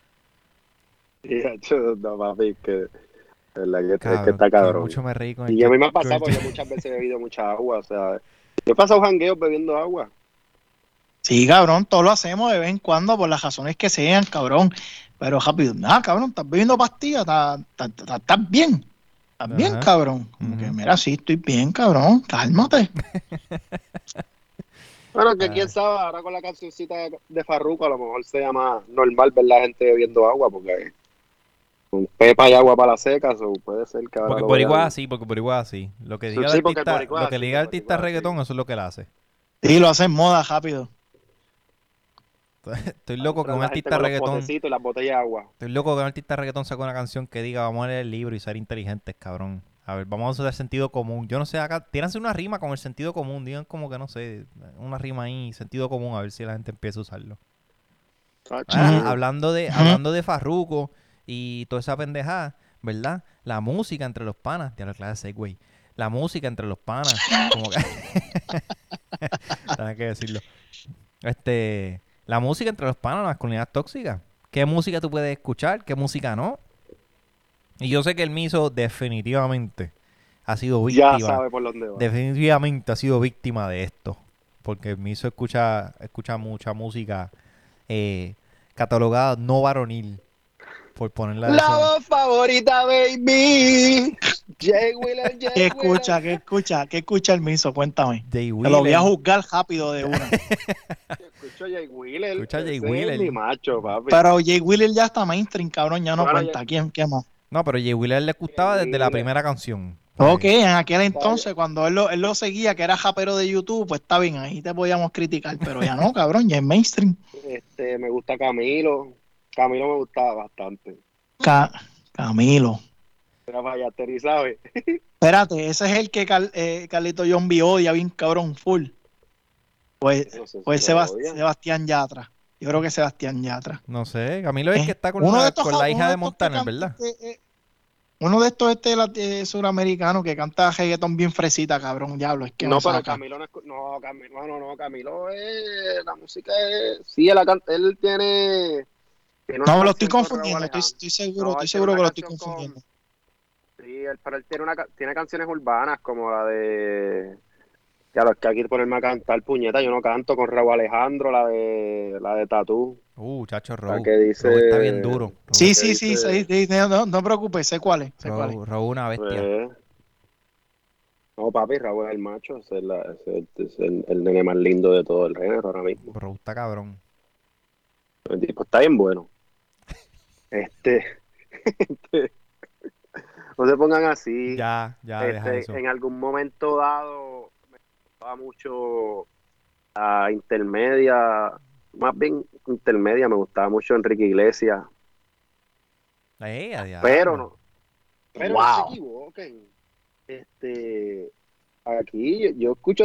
Y, hecho, no, papi, que, verdad es que Cabrón, está que cabrón. mucho me reí con el Y a mí me ha con pasado el porque yo muchas veces he bebido mucha agua, o sea, yo he pasado jangueos bebiendo agua. Sí, cabrón, todo lo hacemos de vez en cuando por las razones que sean, cabrón. Pero rápido, nada, cabrón, estás bebiendo pastillas, estás bien. Estás bien, Ajá. cabrón. Como que, Ujú. mira, sí, estoy bien, cabrón. Cálmate. Bueno, que quién Ay, sabe, ahora con la cancioncita de Farruko a lo mejor se llama normal ver la gente bebiendo agua, porque con pepa y agua para las secas, o puede ser que ahora porque lo por igual vean. así, porque por igual así. Sí, porque el boricua Lo es que le así, diga el al artista boricua es así. reggaetón, eso es lo que él hace. Sí, lo hacen moda rápido. Estoy Ahí loco que entran un la gente artista con los reggaetón, potecitos y las botellas de agua. estoy loco que un artista reggaetón saque una canción que diga vamos a leer el libro y ser inteligentes, cabrón. A ver, vamos a usar sentido común. Yo no sé, acá, tíranse una rima con el sentido común. Digan como que no sé, una rima ahí, sentido común, a ver si la gente empieza a usarlo. Tacho, Ujú, sí. ujú. Hablando de Farruko y toda esa pendejada, ¿verdad? La música entre los panas, ya la clase güey. La música entre los panas, como que tengo que decirlo. Este, la música entre los panas, la masculinidad tóxica. ¿Qué música tú puedes escuchar? ¿Qué música no? Y yo sé que el Miso definitivamente ha sido Ya víctima. sabe por dónde va. Definitivamente ha sido víctima de esto. Porque el Miso escucha mucha música catalogada no varonil. Por ponerla de La esa. voz favorita, baby. Jay Wheeler, Jay ¿Qué Wheeler. escucha? ¿Qué escucha? ¿Qué escucha el miso? Cuéntame. Jay Te lo voy a Wheeler. juzgar rápido de una. Escucho a Jay Wheeler. Escucha a Jay Ese Wheeler. es mi macho, papi. Pero Jay Wheeler ya está mainstream, cabrón, ya no Bueno, cuenta. ¿Qué más? No, pero Jay Wheeler le gustaba Jay desde la Wheeler. primera canción. Ok, en aquel entonces, cuando él lo seguía, que era japero de YouTube, pues está bien, ahí te podíamos criticar, pero ya no, cabrón, ya es mainstream. Me gusta Camilo. Camilo me gustaba bastante. Camilo. Era Vallateri, ¿sabes? Espérate, ese es el que Carlito John odia bien cabrón, full. Pues, No sé si pues lo odia. Sebastián Yatra. Yo creo que Sebastián Yatra. No sé, Camilo es el que está con Uno de la, estos con la uno hija de estos que Montana, canta- ¿verdad? uno de estos suramericanos que canta reggaetón bien fresita, cabrón, diablo, es que No, me pero saca. Camilo no es. No, Camilo, no, Camilo es. La música es. Sí, él tiene una No, lo estoy canción con Rauw confundiendo, Alejandro. estoy seguro, No, estoy él tiene seguro una que lo estoy canción con. confundiendo. Sí, pero él tiene canciones urbanas como la de. Ya lo es que aquí ponerme a cantar, puñeta, yo no canto con Rauw Alejandro, la de Tatú. Chacho, La Row. que dice. Row está bien duro. Sí, que sí, sí, dice. no te preocupes, sé cuál es, sé cuál es. Row una bestia. eh, No, papi, Rauw es el macho, es el nene más lindo de todo el género ahora mismo. Row está cabrón. El tipo está bien bueno. Este, no se pongan así. Ya, deja eso. En algún momento dado me gustaba mucho la intermedia, más bien intermedia, me gustaba mucho Enrique Iglesias, A diablo. pero no Wow. se equivoquen. Aquí yo escucho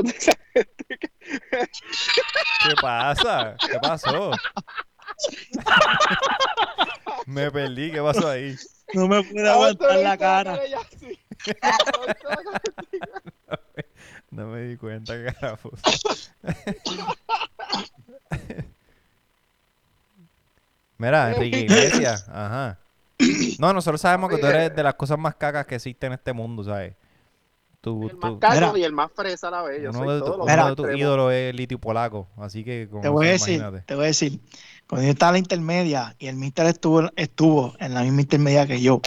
¿Qué pasa? ¿Qué pasó? Me perdí, ¿qué pasó ahí? No me pude aguantar la cara. No me di cuenta, carajo. Mira, Enrique Iglesias, ajá. No, nosotros sabemos que tú eres de las cosas más cacas que existen en este mundo, ¿sabes? El más Tú, caco Mira. y el más fresa a la vez. Yo uno soy de, todo lo Mira. uno de tus extremos. ídolos es Litio Polaco, así que con Te eso, voy a decir, imagínate. cuando yo estaba en la intermedia y el mister estuvo en la misma intermedia que yo,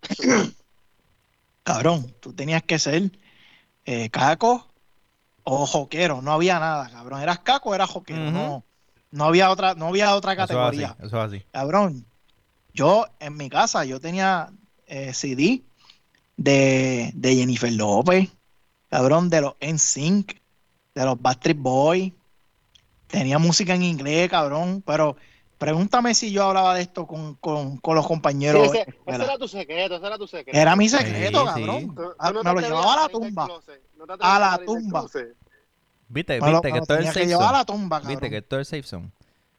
cabrón, tú tenías que ser caco o joquero, no había nada, cabrón, eras caco o eras joquero, Ujú. no había otra Eso es categoría. así, eso es así. Cabrón, yo en mi casa, yo tenía CD de Jennifer López, cabrón, de los NSYNC, de los Backstreet Boys, tenía música en inglés, cabrón, pero pregúntame si yo hablaba de esto con los Sí, compañeros de ese escuela. era tu secreto, ese era tu secreto. Era mi Sí, secreto, sí. cabrón. Tú no Me te lo atrevías llevaba a la salir del tumba. closet, no te A atrevías la salir del tumba. closet. ¿Viste Me lo que esto es tenía el que safe llevar a zone? la tumba, ¿Viste que cabrón. esto es el safe zone?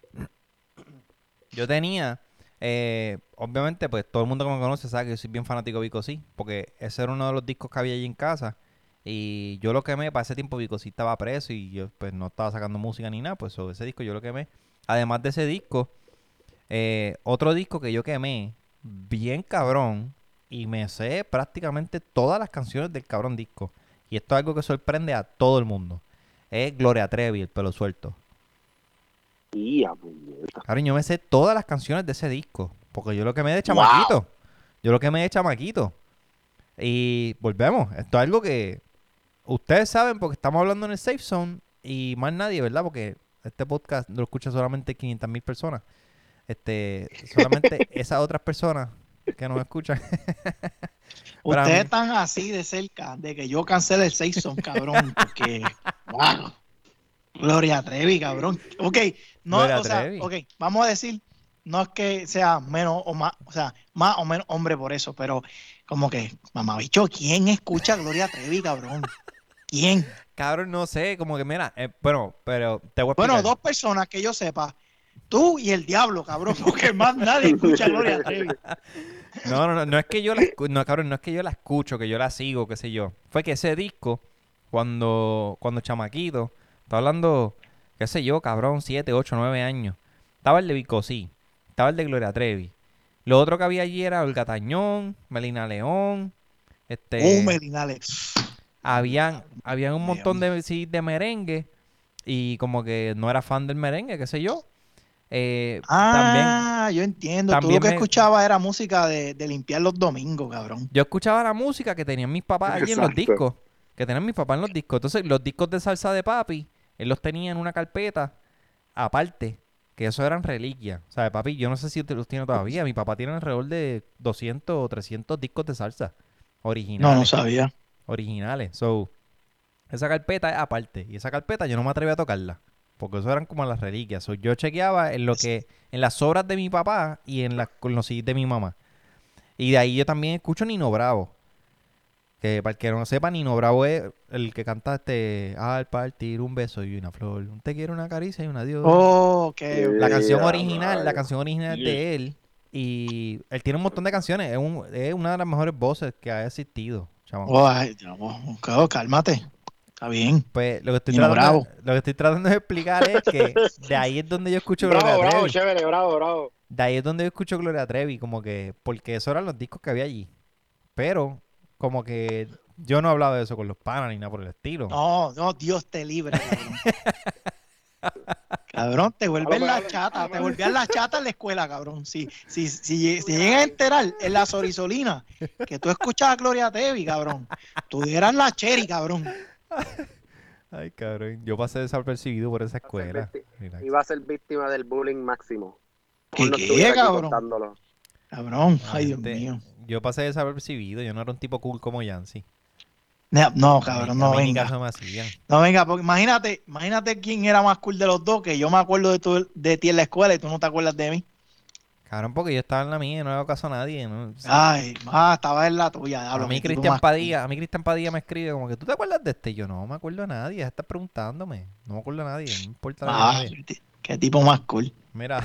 Yo tenía, obviamente, pues todo el mundo que me conoce sabe que yo soy bien fanático de Vico Sí, porque ese era uno de los discos que había allí en casa. Y yo lo quemé, para ese tiempo Vico Sí estaba preso y yo pues no estaba sacando música ni nada, pues sobre ese disco yo lo quemé. Además de ese disco, otro disco que yo quemé, bien cabrón, y me sé prácticamente todas las canciones del cabrón disco. Y esto es algo que sorprende a todo el mundo. Es Gloria Trevi, El Pelo Suelto. Y a puñeta. Cabrón, yo me sé todas las canciones de ese disco. Porque yo lo quemé de chamaquito. Yo lo quemé de chamaquito. Y volvemos. Esto es algo que ustedes saben porque estamos hablando en el Safe Zone. Y más nadie, ¿verdad? Porque este podcast lo escucha solamente 500,000 personas. Solamente esas otras personas que nos escuchan. Para Ustedes mí. están así de cerca de que yo cancele el Season, cabrón, porque, wow, Gloria Trevi, cabrón. Ok, no, Gloria o sea, Trevi. ok, vamos a decir, no es que sea menos o más, o sea, más o menos hombre por eso, pero como que, mamabicho, ¿quién escucha a Gloria Trevi, cabrón? ¿Quién? Cabrón, no sé, como que mira, bueno, pero te voy a Bueno, explicar. dos personas que yo sepa, tú y el diablo, cabrón, porque más nadie escucha a Gloria Trevi. No es que yo la no, cabrón, no es que yo la escucho, que yo la sigo, qué sé yo. Fue que ese disco, cuando chamaquito, está hablando, qué sé yo, cabrón, 7, 8, 9 años. Estaba el de Vicosí, estaba el de Gloria Trevi. Lo otro que había allí era Olga Tañón, Melina León, Medinale. habían un montón de, sí, de merengue y como que no era fan del merengue, qué sé yo. También, Yo entiendo. Tú lo también que escuchabas era música de limpiar los domingos, cabrón. yo escuchaba la música que tenían mis papás allí en los Exacto. discos, que tenían mis papás en los discos. Entonces, los discos de salsa de papi, él los tenía en una carpeta aparte, que eso eran reliquias. O sea, papi, yo no sé si usted los tiene todavía. Mi papá tiene alrededor de 200 o 300 discos de salsa No originales, sabía. originales. So, esa carpeta es aparte. Y esa carpeta yo no me atreví a tocarla. Porque eso eran como las reliquias. So, yo chequeaba en lo que, en las obras de mi papá y en con los CDs de mi mamá. Y de ahí yo también escucho Nino Bravo. Que para el que no sepa, Nino Bravo es el que canta al partir un beso y una flor. Un te quiero, una caricia y un adiós. Oh, ok, ok. La canción Ya, original, la rayos. canción original es de él. Y él tiene un montón de canciones. Es una de las mejores voces que ha existido, chamo. Oh, ay, claro, cálmate. Está bien. Pues Nino Bravo. lo que estoy tratando de explicar es que de ahí es donde yo escucho Gloria Bravo, bravo, Trevi. chévere, bravo, bravo. De ahí es donde yo escucho Gloria Trevi, como que, porque esos eran los discos que había allí. Pero, como que yo no hablaba de eso con los panas ni nada por el estilo. No, no, Dios te libre, cabrón. Cabrón, te A lo vuelves la mejor, a chata, lo te mejor. volvías la chata en la escuela, cabrón. Si llegas a enterar en la Sorisolina que tú escuchas a Gloria Trevi, cabrón, tú eras la Cherry, cabrón. Ay, cabrón, yo pasé desapercibido por esa Iba a ser escuela. vícti- Relax. Iba a ser víctima del bullying máximo. ¿Qué, Mejor no estuviera aquí cabrón? contándolo. Cabrón, La ay, Dios gente, mío. yo pasé desapercibido, yo no era un tipo cool como Yancy. No, A mí, cabrón, a no mí ni venga. caso me hacían. No venga, porque imagínate quién era más cool de los dos, que yo me acuerdo de ti en la escuela y tú no te acuerdas de mí. Cabrón, porque yo estaba en la mía y no le hago caso a nadie. ¿No? Ay, estaba en la tuya, A diablo, mí qué tipo más cool. A mí Cristian Padilla me escribe como que ¿tú te acuerdas de este? Y yo no me acuerdo de nadie, estás preguntándome. No me acuerdo de nadie, no me importa de nadie. Qué tipo más cool. Mira,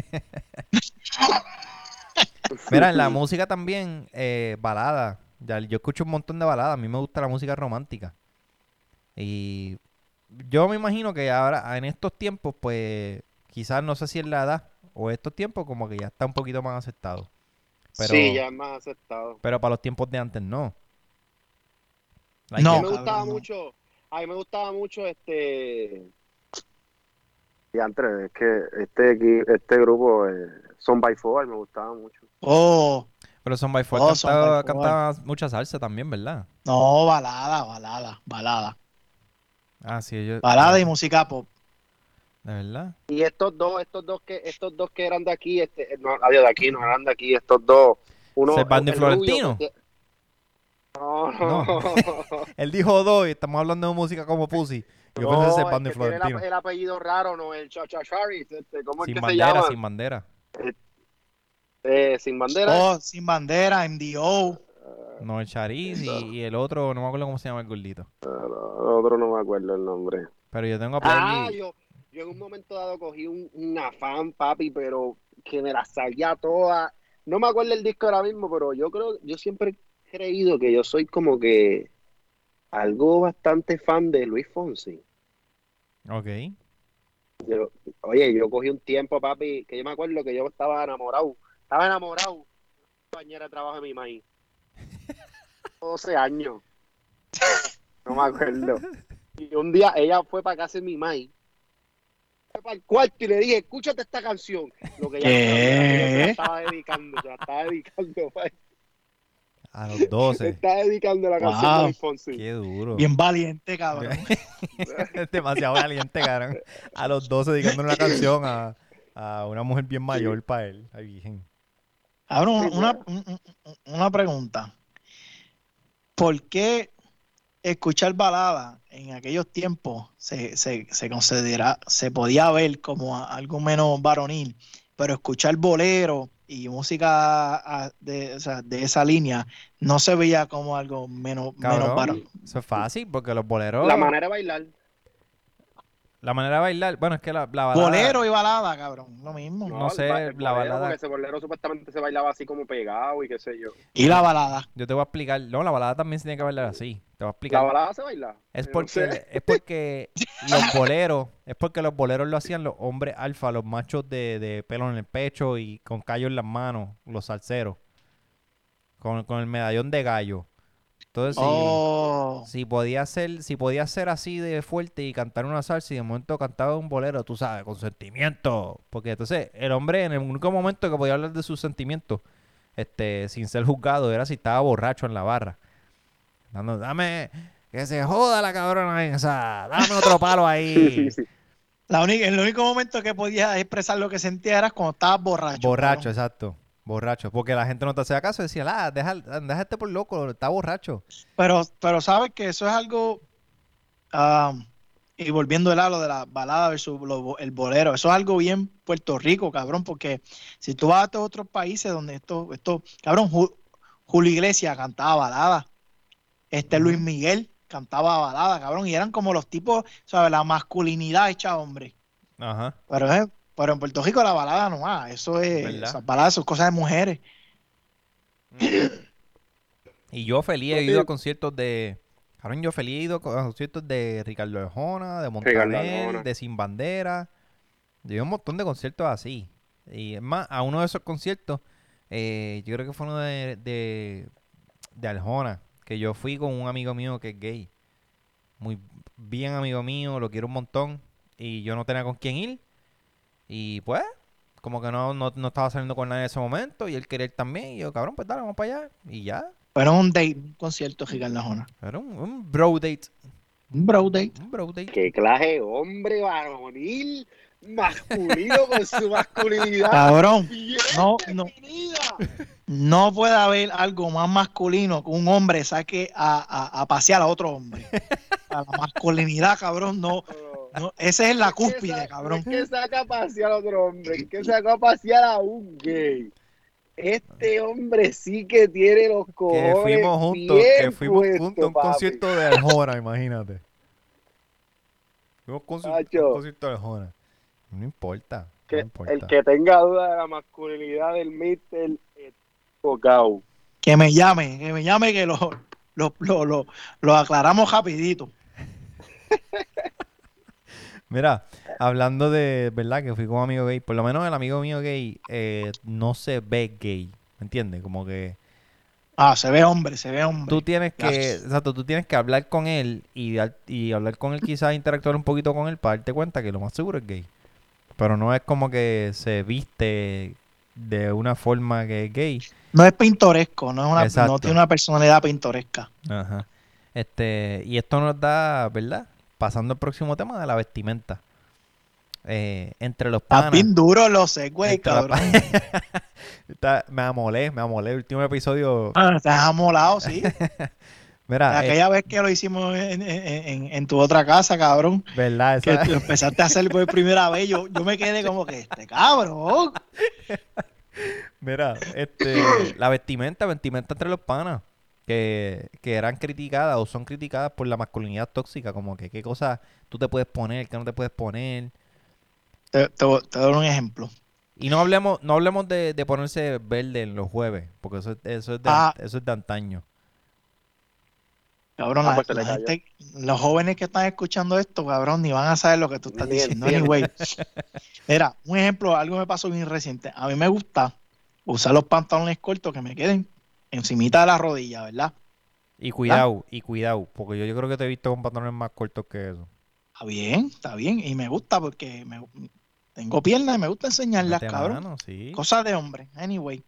mira, en la música también, balada. Yo escucho un montón de baladas, a mí me gusta la música romántica. Y yo me imagino que ahora, en estos tiempos, pues, quizás no sé si es la edad o estos tiempos como que ya está un poquito más aceptado. Sí, Pero, ya es más aceptado. pero para los tiempos de antes no. Like, A mí No, me gustaba cabrón, no. mucho, a mí me gustaba mucho diantre, es que este grupo, Son by Four, me gustaba mucho. Oh, pero Son by Four Son by Four. cantaba mucha salsa también, ¿verdad? No, balada. Ah, sí, ellos, Balada y música pop. de verdad. Y estos dos que eran de aquí, no, adiós, de aquí, no eran de aquí, estos dos, uno, Servando y el rubio que Florentino. no, No. Él dijo dos y estamos hablando de música como Pussy. Yo pensé en no, el Servando y que tiene Florentino. el apellido raro, no, el Chachacharis, ¿cómo es Sin que se bandera, llama? sin bandera. Sin bandera. Oh, Sin Bandera, MDO. No, el Chariz No, y el otro, no me acuerdo cómo se llama el gordito. otro no me acuerdo el nombre. Pero yo tengo por allí. Yo en un momento dado cogí un afán, papi, pero que me la sabía toda. No me acuerdo el disco ahora mismo, pero yo siempre he creído que yo soy como que algo bastante fan de Luis Fonsi. Ok. Yo- Oye, yo cogí un tiempo, papi, que yo me acuerdo que yo estaba enamorado de una compañera de trabajo de mi maíz, 12 años, no me acuerdo. Y un día ella fue para casa de mi maíz, fue para el cuarto y le dije, escúchate esta canción. Lo que ella no sabía era que yo se la estaba dedicando, papi. A los Le 12. estaba dedicando la canción de Wow, Luis Fonsi. Qué duro. bien valiente, cabrón. Es demasiado valiente, cabrón. A los 12 dedicándole una canción a una mujer bien mayor para él. Ay, virgen. Ahora Sí, una pregunta. ¿Por qué escuchar balada en aquellos tiempos se podía ver como algo menos varonil, pero escuchar bolero y música o sea, de esa línea no se veía como algo menos Cabrón, varonil? eso es fácil porque los la boleros. manera de bailar. La manera de bailar, bueno, es que la balada... Bolero y balada, cabrón, lo mismo. No sé, el la bolero, balada- porque ese bolero supuestamente se bailaba así como pegado y qué sé yo. Y la balada. Yo te voy a explicar. No, la balada también se tiene que bailar así. Te voy a ¿La explicar. balada se baila? Es No sé. porque los boleros lo hacían los hombres alfa, los machos de pelo en el pecho y con callo en las manos, los salseros, con el medallón de gallo. Entonces, Oh, si podía ser así de fuerte y cantar una salsa y de momento cantaba un bolero, tú sabes, con sentimiento. Porque entonces el hombre en el único momento que podía hablar de sus sentimientos, sin ser juzgado, era si estaba borracho en la barra. Dame, que se joda la cabrona esa, dame otro palo ahí. el único momento que podía expresar lo que sentía era cuando estabas borracho. Borracho, cabrón. exacto. Borracho. Porque la gente no te hacía caso. Decía, déjate por loco, está borracho. Pero sabes que eso es algo, ah, y volviendo al lo de la balada versus el bolero, eso es algo bien Puerto Rico, cabrón, porque si tú vas a estos otros países donde cabrón, Julio Iglesias cantaba balada, Luis Ujú. Miguel cantaba balada, cabrón, y eran como los tipos, ¿sabes? La masculinidad hecha hombre. Ajá, Pero en Puerto Rico la balada no va, ¿verdad? esas baladas son cosas de mujeres. Ujú. Y yo feliz he No, ido a sí, conciertos de... Cabrón, yo feliz he ido a conciertos de Ricardo Arjona, de Ricardo Montaner, Arjona. de Sin Bandera. Yo he ido a un montón de conciertos así. Y es más, a uno de esos conciertos, yo creo que fue uno de Arjona, que yo fui con un amigo mío que es gay. Muy bien amigo mío, lo quiero un montón. Y yo no tenía con quién ir. Y pues, como que no estaba saliendo con nadie en ese momento. Y él quería ir también. Y yo, cabrón, pues dale, vamos para allá. Y ya. Fueron un date, un concierto de Ricardo Arjona. Era un bro date. Un bro date. Un bro date. Qué clase de hombre varonil, masculino con su masculinidad Cabrón, bien no, definida. no puede haber algo más masculino que un hombre saque a pasear a otro hombre. A la masculinidad, cabrón, no, ese es la cúspide, No cabrón. es que saca a pasear a otro hombre, es que sacó a pasear a un gay. Este hombre sí que tiene los cojones Que bien fuimos juntos a puestos, un papi. concierto de Arjona, imagínate. Fuimos a un Macho, concierto de Arjona. No importa, no que el importa. que tenga duda de la masculinidad del Mister es tocado. Que me llame que lo aclaramos rapidito. Mira, hablando de, ¿verdad? Que fui con un amigo gay. Por lo menos el amigo mío gay no se ve gay. ¿Me entiendes? Como que Ah, se ve hombre, se ve tú hombre. tienes Ya. que, exacto, tú tienes que hablar con él y hablar con él, quizás interactuar un poquito con él para darte cuenta que lo más seguro es gay. Pero no es como que se viste de una forma que es gay. No es pintoresco, no Exacto. tiene una personalidad pintoresca. Ajá. Y esto nos da, ¿verdad? Pasando al próximo tema de la vestimenta. Entre los Estás panas. bien duro los segways, Entre los cabrón. Me amolé. El último episodio. Te has amolado, sí. Mira, Aquella vez que lo hicimos en tu otra casa, cabrón, ¿verdad? que tú empezaste a hacer por primera vez, yo me quedé como que, cabrón. Mira, la vestimenta entre los panas, que eran criticadas o son criticadas por la masculinidad tóxica, como que qué cosas tú te puedes poner, qué no te puedes poner. Te doy un ejemplo. Y no hablemos de ponerse verde en los jueves, porque Ah, eso es de antaño. cabrón, Ah, pues se le cayó. los jóvenes que están escuchando esto, cabrón, ni van a saber lo que tú estás Ni diciendo. entiendo. Anyway, mira, un ejemplo, algo me pasó bien reciente. A mí me gusta usar los pantalones cortos que me queden encimita de la rodilla, ¿verdad? Y ¿Verdad? cuidado, porque yo creo que te he visto con pantalones más cortos que eso. Está bien, y me gusta porque tengo piernas y me gusta enseñarlas, Mete cabrón. mano, sí. Cosas de hombre. Anyway,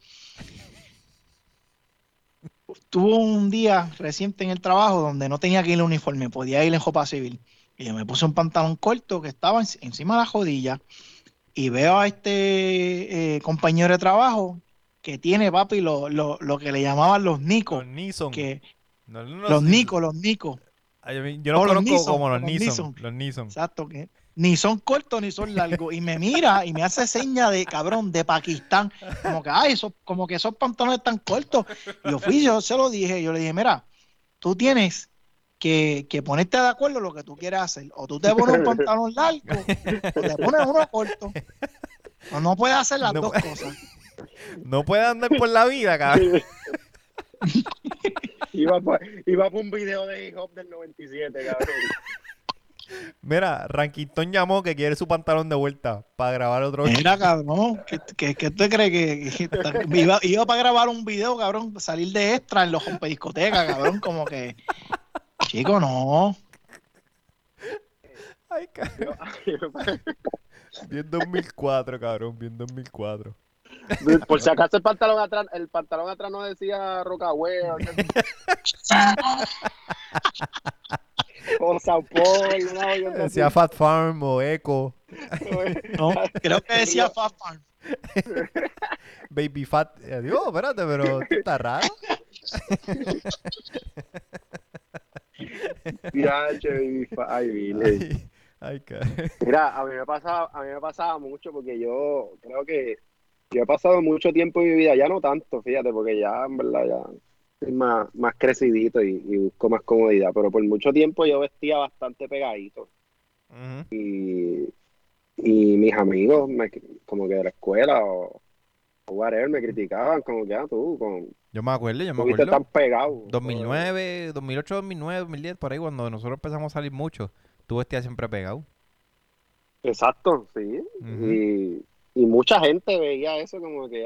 tuve un día reciente en el trabajo donde no tenía que ir en uniforme, podía ir en ropa civil. Y yo me puse un pantalón corto que estaba encima de la rodilla y veo a este compañero de trabajo que tiene, papi, lo que le llamaban los Los nicos, Nissan. que No, los nicos, yo los o los conozco Nissan, como o los los Nissan. Nissan. Los Nissan. Exacto, que ni son cortos ni son largos. Y me mira y me hace seña de cabrón de Pakistán. Como que, ay, como que esos pantalones tan cortos. Y yo se lo dije, yo le dije, mira, tú tienes que ponerte de acuerdo en lo que tú quieres hacer. O tú te pones un pantalón largo o te pones uno corto. No puedes hacer las No dos puede- cosas. No puede andar por la vida, cabrón. Iba por un video de hip hop del 97, cabrón. Mira, Ranquistón llamó que quiere su pantalón de vuelta para grabar otro. Mira, cabrón, ¿qué te crees que iba para grabar un video, cabrón, salir de extra en los discotecas, cabrón, como que, chico, no. Ay, cabrón. Yo- Bien 2004, cabrón. Bien 2004. Por si acaso el pantalón atrás no decía Rocahué o Sao Paulo, una vaina así. Decía Fat Farm o Echo. No, creo que decía Fast Farm. Baby Fat. Dios, espérate, pero esto está raro. Ay, Vile. Ay, cabrón. Mira, a mí me pasaba mucho porque yo creo que yo he pasado mucho tiempo en mi vida, ya no tanto, fíjate, porque ya en verdad ya soy más crecidito y busco más comodidad, pero por mucho tiempo yo vestía bastante pegadito Ujú. y mis amigos como que de la escuela o whatever me criticaban, como que Yo me acuerdo. tú viste tan pegado. 2009, 2008, 2009, 2010, por ahí, cuando nosotros empezamos a salir mucho, tú vestías siempre pegado. Exacto, sí. Ujú. Y mucha gente veía eso como que,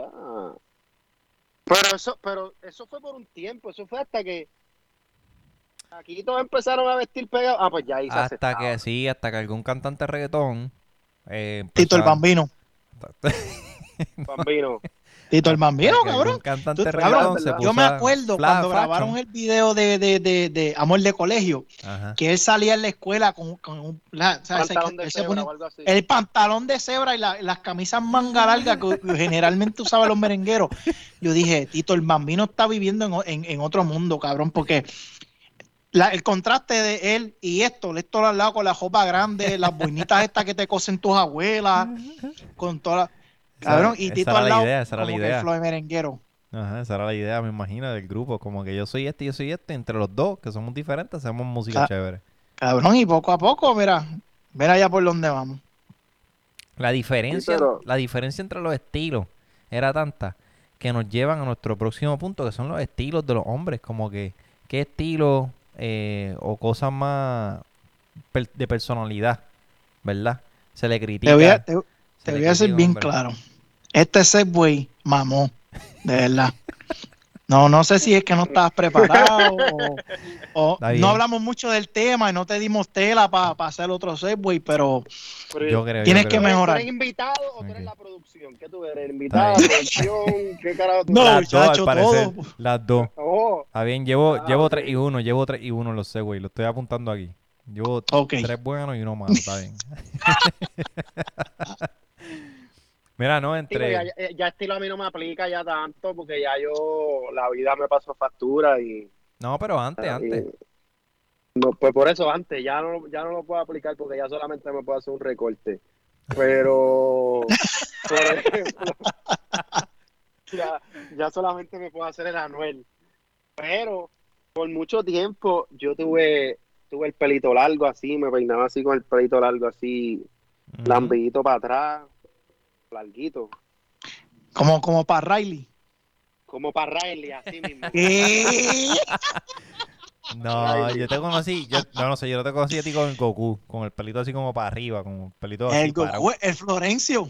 pero eso fue por un tiempo, eso fue hasta que aquí todos empezaron a vestir pegados. Ah, pues ya ahí se Hasta aceptaba. que sí, hasta que algún cantante de reggaetón Tito empezó el a... Bambino. Bambino. Tito el Bambino, hasta que algún cabrón. cantante de Cabrón, reggaetón se ¿verdad? puso yo me a acuerdo fla- cuando fashion. grabaron el video de Amor de Colegio, Ajá. que él salía en la escuela con un ¿sabes? Pantalón de Él se cebra ponía o algo así. el pantalón de cebra y las camisas manga largas que generalmente usaban los merengueros. Yo dije, Tito el Bambino está viviendo en otro mundo, cabrón, porque el contraste de él y esto al lado con la jopa grande, las boinitas estas que te cosen tus abuelas, con todas cabrón, y Esa Tito era al la lado idea, esa era la como que el idea. flow de merenguero. Ajá, esa era la idea, me imagino, del grupo. Como que yo soy este y yo soy este. Entre los dos, que somos diferentes, hacemos música Ca- chévere. Cabrón, y poco a poco, mira ya por dónde vamos. La Sí, diferencia, pero la diferencia entre los estilos era tanta que nos llevan a nuestro próximo punto, que son los estilos de los hombres. Como que, qué estilo o cosas más de personalidad, ¿verdad? Se le Te voy a, critica. te, Se te le voy a ser critica a un bien hombre. claro. Este Segway mamó, de verdad. No sé si es que no estabas preparado o Está no bien. hablamos mucho del tema y no te dimos tela para hacer otro Segway, pero Yo creo, tienes yo que creo. ¿tú mejorar. eres invitado o tú eres Ok. la producción? ¿Qué tú eres? Está ¿Invitado, bien. producción? ¿Qué carajo tú No, eres? Las dos, al muchacho, parecer. todo. Las dos. Oh, Está bien, llevo ok. 3 y 1, llevo 3 y 1 los Segway, lo estoy apuntando aquí. Llevo Ok. 3 buenos y uno malo, está bien. Mira, no, Estilo, ya, entre... ya estilo a mí no me aplica ya tanto porque ya la vida me pasó factura No, pero antes. no, pues por eso antes ya no lo puedo aplicar porque ya solamente me puedo hacer un recorte. Pero, por ejemplo, ya solamente me puedo hacer el Anuel. Pero por mucho tiempo yo tuve el pelito largo así, me peinaba así con el pelito largo así, Ujú. lambidito para atrás, larguito, Como para Riley. como para Riley, así mismo. ¿Qué? No, Riley. yo te conocí, no sé, yo no te conocí a ti con el Goku, con el pelito así como para arriba, con el pelito así El parado. Goku, el Florencio.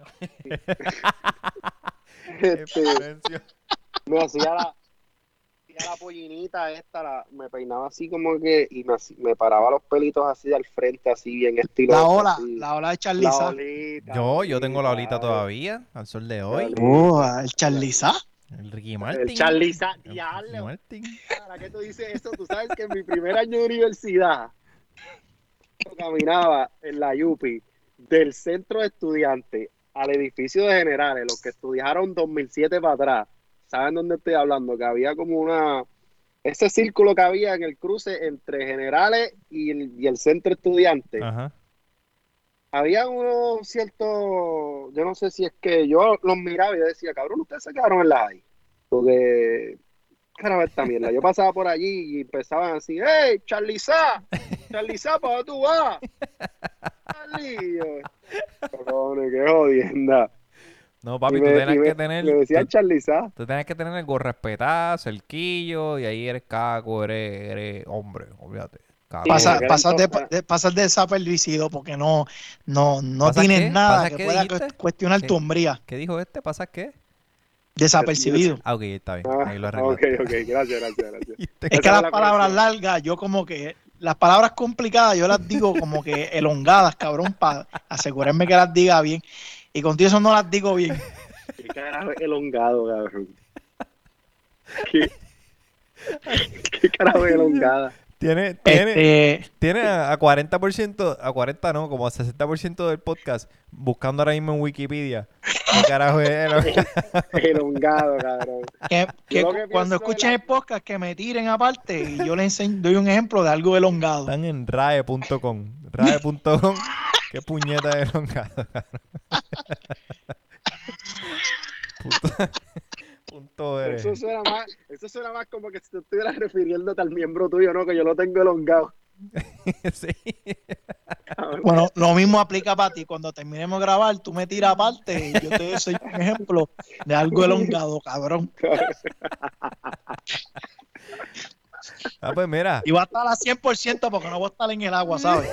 Este, me hacía la pollinita esta, me peinaba así como que, y me paraba los pelitos así al frente, así bien estiloso, así. La ola de La Charliza. olita, Yo tengo la olita olita, todavía, al sol de la hoy. olita. El Charliza. El Ricky El Martin. Charliza, El Ricky diablo. Martin. ¿Para qué tú dices eso? Tú sabes que en mi primer año de universidad yo caminaba en la Yupi del centro de estudiantes al edificio de generales, los que estudiaron 2007 para atrás. ¿Saben dónde estoy hablando? Que había como ese círculo que había en el cruce entre generales y el centro estudiante. Ajá. Había unos ciertos, yo no sé si es que yo los miraba y yo decía, cabrón, ustedes se quedaron en la high. Porque Era esta mierda. Yo pasaba por allí y empezaban así, ¡Hey, Charliza! Charliza, ¿para dónde tú vas? Charlie. Y yo, "Cojones, qué jodienda". No, Y papi, tú me, tienes y que me, tener, me decían Charliza. tú tienes que tener algo respetado, cerquillo, y ahí eres caco, eres hombre, olvídate. Y Caco. en aquel entonces, Pasas desapercibido porque no ¿Pasas tienes qué? nada ¿Pasas que qué pueda dijiste? cuestionar tu ¿Qué, hombría. qué dijo este? ¿Pasas qué? Desapercibido. Ah, ok, está bien. Ahí lo ok, arreglaste. gracias. Es que Esa fue las la palabras conexión. largas, yo como que, las palabras complicadas, yo las digo como que elongadas, cabrón, para asegurarme que las diga bien. Y contigo eso no las digo bien. Qué carajo es elongado, cabrón. ¿Qué, qué carajo es elongada? Este, Tiene a 40%, a 40 no, como a 60% del podcast buscando ahora mismo en Wikipedia. ¿Qué carajo es? Elongado, cabrón. Yo lo que cuando pienso es escuchen el podcast, que me tiren aparte y yo les enseño, doy un ejemplo de algo elongado. Están en rae.com. Rae.com. ¿Qué puñeta de elongado, cabrón? Punto, punto eres. Eso suena más como que si tú estuvieras refiriéndote al miembro tuyo, ¿no? Que yo lo tengo elongado. Sí. Cabrón. Bueno, lo mismo aplica para ti. Cuando terminemos de grabar, tú me tiras aparte y yo te enseño un ejemplo de algo elongado, cabrón. Ah, pues mira. Y va a estar a 100% porque no voy a estar en el agua, ¿sabes?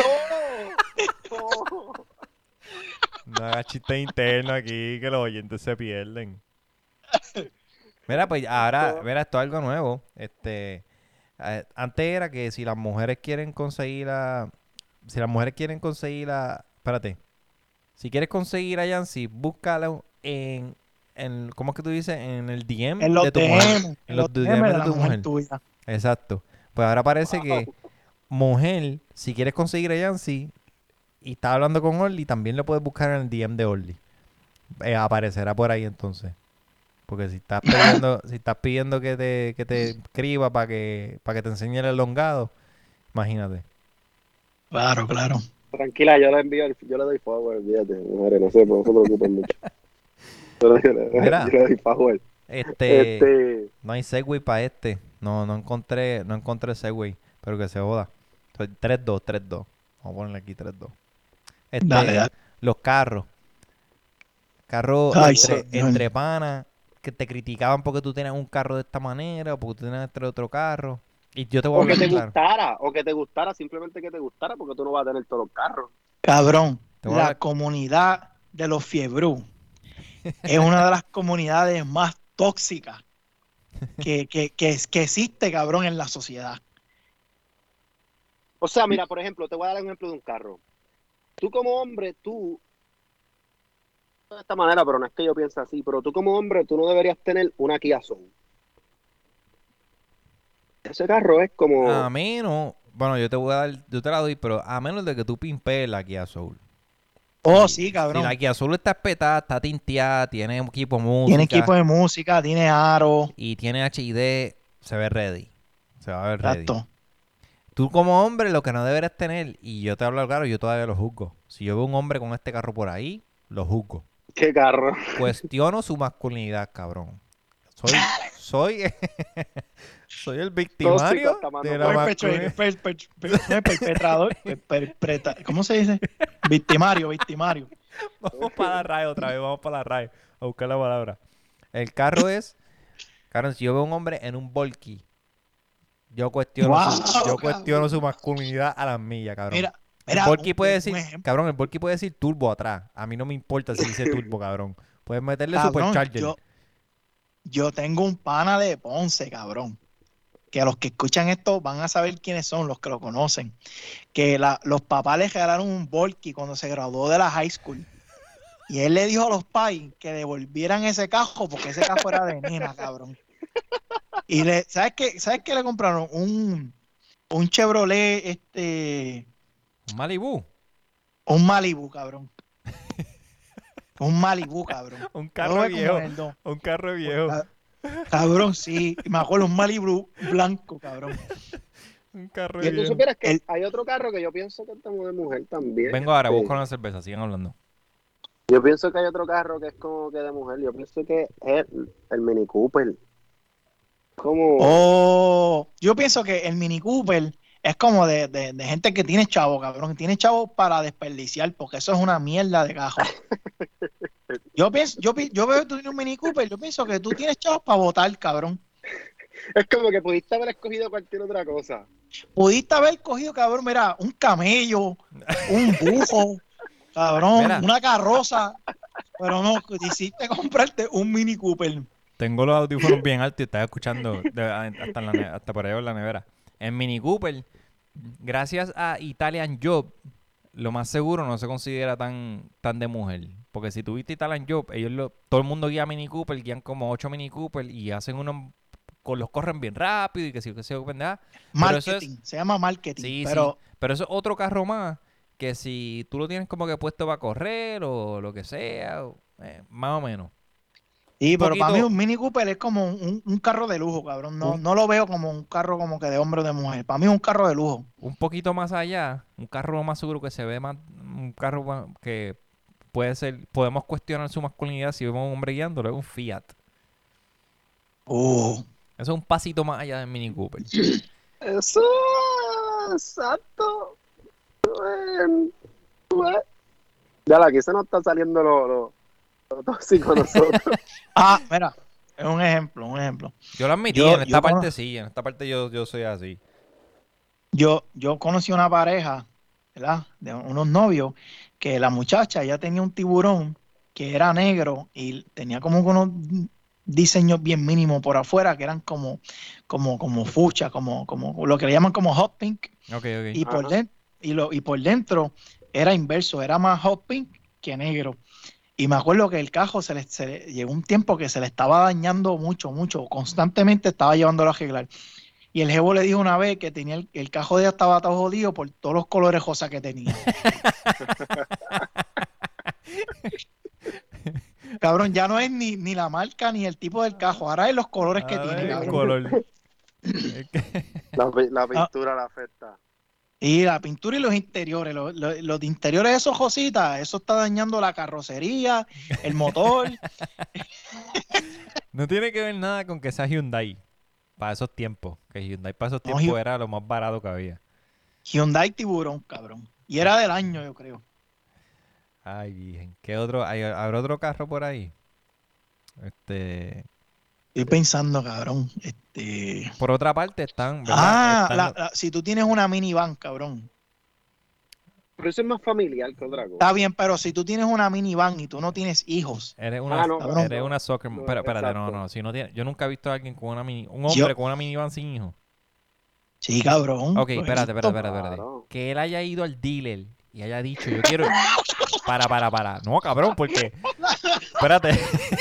No hagas chiste interno aquí que los oyentes se pierden. Mira, pues ahora, mira, esto es algo nuevo. Antes era que si las mujeres quieren conseguir espérate, si quieres conseguir a Yancy, búscalo ¿cómo es que tú dices? En el DM En de los tu mujer. DM, En en los los DM DM de de la tu mujer mujer. tuya. Exacto. Pues ahora parece que Wow. mujer, si quieres conseguir a Yancy y está hablando con Orly, también lo puedes buscar en el DM de Orly. Aparecerá por ahí entonces. Porque si estás pidiendo que te escriba para que te enseñe el elongado, imagínate. Claro, claro. Tranquila, yo le envío, yo le doy forward, olvídate, mujeres, no se preocupen mucho. Mira, Yo le doy forward. no hay Segway para este. No encontré Segway, pero que se joda. 3-2, 3-2. Vamos a ponerle aquí 3-2. Dale, dale. Los carros. Carros Ay, señor. entre panas que te criticaban porque tú tenías un carro de esta manera o porque tú tenías este otro carro. Y yo te voy a O que hablar te claro. gustara, simplemente que te gustara, porque tú no vas a tener todos los carros. Cabrón, Te voy a la hablar. comunidad de los fiebrú es una de las comunidades más tóxicas que existe, cabrón, en la sociedad. O sea, mira, por ejemplo, te voy a dar un ejemplo de un carro. Tú como hombre, de esta manera, pero no es que yo piense así, pero tú como hombre, tú no deberías tener una Kia Soul. Ese carro es como, A menos, bueno, yo te la doy, pero a menos de que tú pimpees la Kia Soul. Oh, Si, sí, si la cabrón. Kia Soul está espetada, está tinteada, tiene equipo de Tiene equipo música de música, tiene aro. y tiene HID, se ve ready. Se va a ver ready. Exacto. Tú como hombre lo que no deberías tener, y yo te hablo claro, yo todavía lo juzgo. Si yo veo un hombre con este carro por ahí, lo juzgo. ¿qué carro? Cuestiono su masculinidad, cabrón. Soy, soy el Tóxico victimario hasta más de no la poder. masculinidad. ¿Cómo se dice? Victimario. Vamos para la RAE otra vez, vamos para la RAE a buscar la palabra. El carro es, cabrón, si yo veo un hombre en un Volky, yo cuestiono Wow, cuestiono cabrón. su masculinidad a las millas, cabrón. Mira, El mira, Volky puede un decir, ejemplo. cabrón, el Volky puede decir turbo atrás. A mí no me importa si dice turbo, cabrón. Puedes meterle Cabrón, supercharger. yo tengo un pana de Ponce, cabrón. Que a los que escuchan esto van a saber quiénes son, los que lo conocen. Que los papás le regalaron un Volky cuando se graduó de la high school. Y él le dijo a los pais que devolvieran ese cajo porque ese cajo era de nena, cabrón. Y ¿sabes qué le compraron? Un Chevrolet, Un Malibu. un Malibu, cabrón. Un Malibu, cabrón. Un No carro lo ve como viejo. el don. Un carro viejo. Cabrón, sí. Me acuerdo, un Malibu blanco, cabrón. Un carro Y tú viejo. supieras que El, hay otro carro que yo pienso que es como de mujer también. Vengo ahora, busco una cerveza, sigan hablando. Yo pienso que hay otro carro que es como que de mujer. Yo pienso que es el Mini Cooper. Como, Yo pienso que el Mini Cooper es como de gente que tiene chavo, cabrón. Tiene chavo para desperdiciar, porque eso es una mierda de cajo. Yo veo que tú tienes un Mini Cooper, yo pienso que tú tienes chavos para votar, cabrón. es como que pudiste haber escogido cualquier otra cosa. Pudiste haber cogido, cabrón, mira, un camello, un bufo, cabrón, Mira. una carroza, pero no, hiciste comprarte un Mini Cooper. Tengo los audífonos bien altos y estás escuchando hasta por allá en la nevera. En Mini Cooper, gracias a Italian Job, lo más seguro no se considera tan de mujer. Porque si tuviste Italian Job, todo el mundo guía Mini Cooper, guían como 8 Mini Cooper y hacen los corren bien rápido y que sí, que se pendeja. Pero eso Marketing, se llama marketing, sí, pero sí. Pero eso es otro carro más que si tú lo tienes como que puesto para correr o lo que sea, más o menos. sí, Un pero para mí poquito, un Mini Cooper es como un carro de lujo, cabrón. No, un no lo veo como un carro como que de hombre o de mujer. Para mí es un carro de lujo. un poquito más allá, un carro más seguro que se ve más, un carro que puede ser, podemos cuestionar su masculinidad si vemos a un hombre guiándolo, es un Fiat. Oh. Eso es un pasito más allá del Mini Cooper. Eso, exacto. Bueno. Ya aquí se nos está saliendo lo tóxico a nosotros. Ah, mira, es un ejemplo, un ejemplo. Yo lo admití, Yo- en esta yo parte cono- sí, en esta parte yo soy así. Yo conocí una pareja, ¿verdad? De unos novios, que la muchacha ya tenía un tiburón que era negro y tenía como unos diseños bien mínimos por afuera que eran como fucha, como lo que le llaman como hot pink. Ok, Y ok. por Ajá. dentro, y por dentro era inverso, era más hot pink que negro. Y me acuerdo que el cajo llegó un tiempo que se le estaba dañando mucho, mucho, constantemente estaba llevándolo a arreglar. Y el jevo le dijo una vez que tenía el cajo de ella estaba todo jodido por todos los colores rosas que tenía. Cabrón, ya no es ni la marca ni el tipo del cajo, ahora es los colores que A tiene, ver, el cabrón. color. Es que- La Ah, pintura la afecta. y la pintura y los interiores, los de interiores, esos cositas, eso está dañando la carrocería, el motor. No tiene que ver nada con que sea Hyundai para esos tiempos. Que Hyundai para esos No, tiempos era lo más barato que había. Hyundai Tiburón, cabrón. Y era del año, yo creo. Ay, virgen. ¿Qué otro? ¿Habrá otro carro por ahí? Estoy pensando, cabrón. Por otra parte están, ¿verdad? Están Si tú tienes una minivan, cabrón. Pero eso es más familiar que otra Está cosa. bien, pero si tú tienes una minivan y tú no tienes hijos, Eres Ah, no, cabrón. eres una soccer. no, Pero espérate, no, exacto. no. Si no tiene, yo nunca he visto a alguien con un Yo, hombre con una minivan sin hijo. sí, cabrón. Ok, Lo he espérate, visto. espérate. Claro. Que él haya ido al dealer y haya dicho, yo quiero. Para. No, cabrón, porque. Espérate.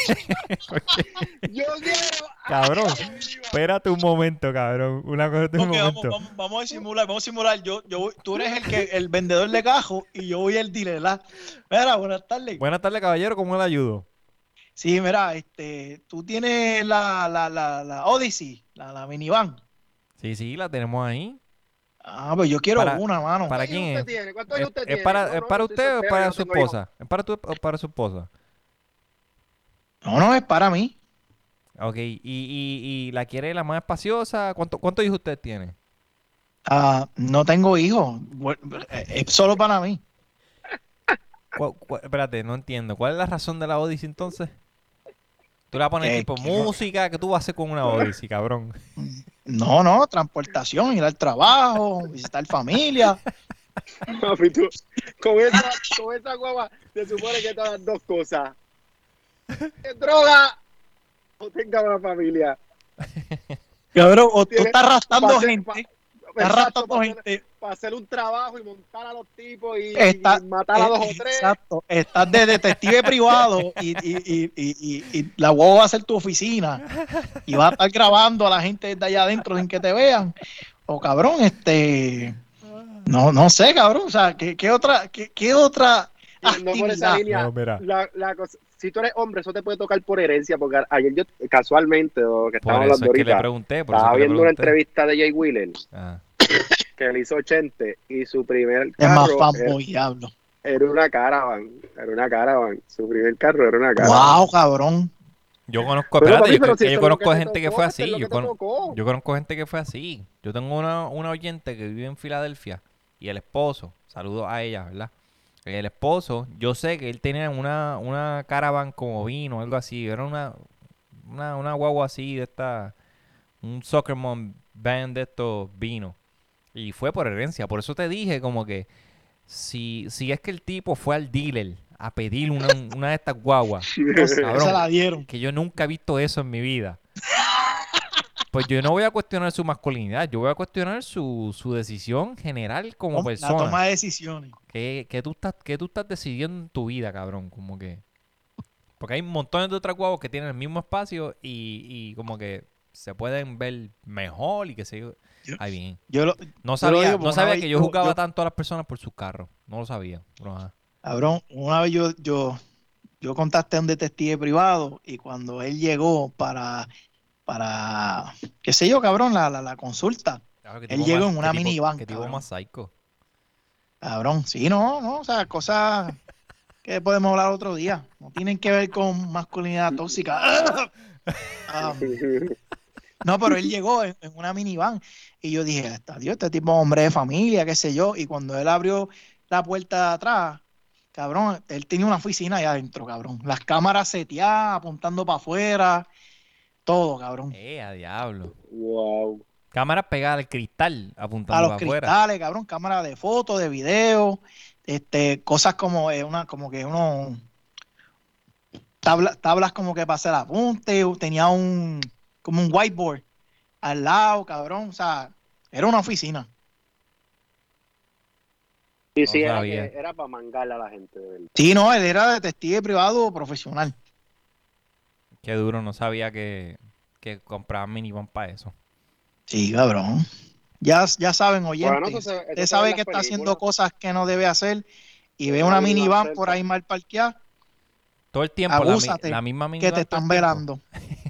Yo quiero. Cabrón. Espérate un momento, cabrón. Una cosa de un Ok, momento. vamos a simular. Tú eres el vendedor de cajo y yo voy el dealer, ¿verdad? Mira, buenas tardes. Buenas tardes, caballero. ¿Cómo le ayudo? Sí, mira, tú tienes la Odyssey, la minivan. Sí, la tenemos ahí. Ah, pues yo quiero Para, una, mano. ¿Para ¿Cuántos hijos quién usted es? tiene? ¿Cuántos hijos usted tiene? ¿Es para Yo estoy usted o soltero, para yo no su tengo hijos. esposa? ¿Es para tú o para su esposa? No, es para mí. Ok, y la quiere la más espaciosa. ¿Cuántos hijos usted tiene? No tengo hijos. Es solo para mí. Espérate, no entiendo. ¿Cuál es la razón de la Odyssey entonces? Tú la pones Que- tipo que no- música, ¿qué tú vas a hacer con una Odyssey, cabrón? No, transportación, ir al trabajo, visitar familia. Papi, tú, con esa guagua se supone que te dan dos cosas. Droga o tenga una familia. Cabrón, o tú Tienes- estás arrastrando pa' hacer- gente, pa- estás Exacto, arrastrando para hacer, gente. pa' hacer un trabajo y montar a los tipos y Está, matar a dos o tres. exacto, estás de detective privado y la guagua va a ser tu oficina y vas a estar grabando a la gente de allá adentro sin que te vean. O cabrón, no sé, cabrón, o sea, ¿qué otra Yendo por esa actividad? línea, No, mira. si tú eres hombre, eso te puede tocar por herencia, porque ayer yo, casualmente, lo que estábamos Por eso hablando es que le ahorita, pregunté, por eso es estaba que le viendo una pregunté. entrevista de Jay Wheeler, Ah. que él hizo 80 y su primer Es más carro fanboy, diablo. era una Caravan, su primer carro era una Caravan. Wow, cabrón. Yo conozco, Pero, espérate, papi, pero si yo esto es lo que conozco te gente que tocó, fue esto es así. lo que te tocó. Yo conozco gente que fue así. Yo tengo una oyente que vive en Filadelfia y el esposo, saludo a ella, ¿verdad? El esposo, yo sé que él tenía una caravan como vino, algo así. Era una guagua así de esta, un soccer mom band de estos vino. Y fue por herencia. Por eso te dije como que si es que el tipo fue al dealer a pedir una de estas guaguas, No sé, cabrón, se la dieron. que yo nunca he visto eso en mi vida. Pues yo no voy a cuestionar su masculinidad, yo voy a cuestionar su decisión general como La persona. toma de decisiones. ¿Qué tú estás decidiendo en tu vida, cabrón? Como que... Porque hay montones de otras guaguas que tienen el mismo espacio y como que se pueden ver mejor y que se... Yo, Ay, bien. yo lo, No yo lo sabía, digo no porque una sabía vez que yo juzgaba tanto a las personas por sus carros. No lo sabía. Pero, ajá. cabrón, una vez yo contacté a un detective privado y cuando él llegó para qué sé yo, cabrón, la consulta, Claro, él llegó en una minivan, qué tipo cabrón. más psycho. Cabrón, sí, no, o sea, cosas que podemos hablar otro día. No tienen que ver con masculinidad tóxica. No, pero él llegó en una minivan y yo dije, está, Dios, este tipo es hombre de familia, qué sé yo. Y cuando él abrió la puerta de atrás, cabrón, él tenía una oficina allá adentro, cabrón. Las cámaras seteadas, apuntando para afuera, todo, cabrón. A diablo. Wow. Cámara pegada al cristal, A apuntando los para afuera. cristales, cabrón, cámara de fotos, de video, cosas como como que uno, tablas como que para hacer apunte, tenía como un whiteboard al lado, cabrón, o sea, era una oficina. Y No sí, era que sabía. era para mangarle a la gente, de verdad. Sí, no, él era detective privado profesional. Qué duro, no sabía que compraban minivan para eso. Sí, cabrón. Ya saben, Bueno, oyentes, eso usted se ve en sabe las que está haciendo películas. cosas que no debe hacer y ve Una una minivan minivan por cerca. ahí mal parqueada, Todo el tiempo, la abúsate, misma que te minivan todo el están tiempo. velando.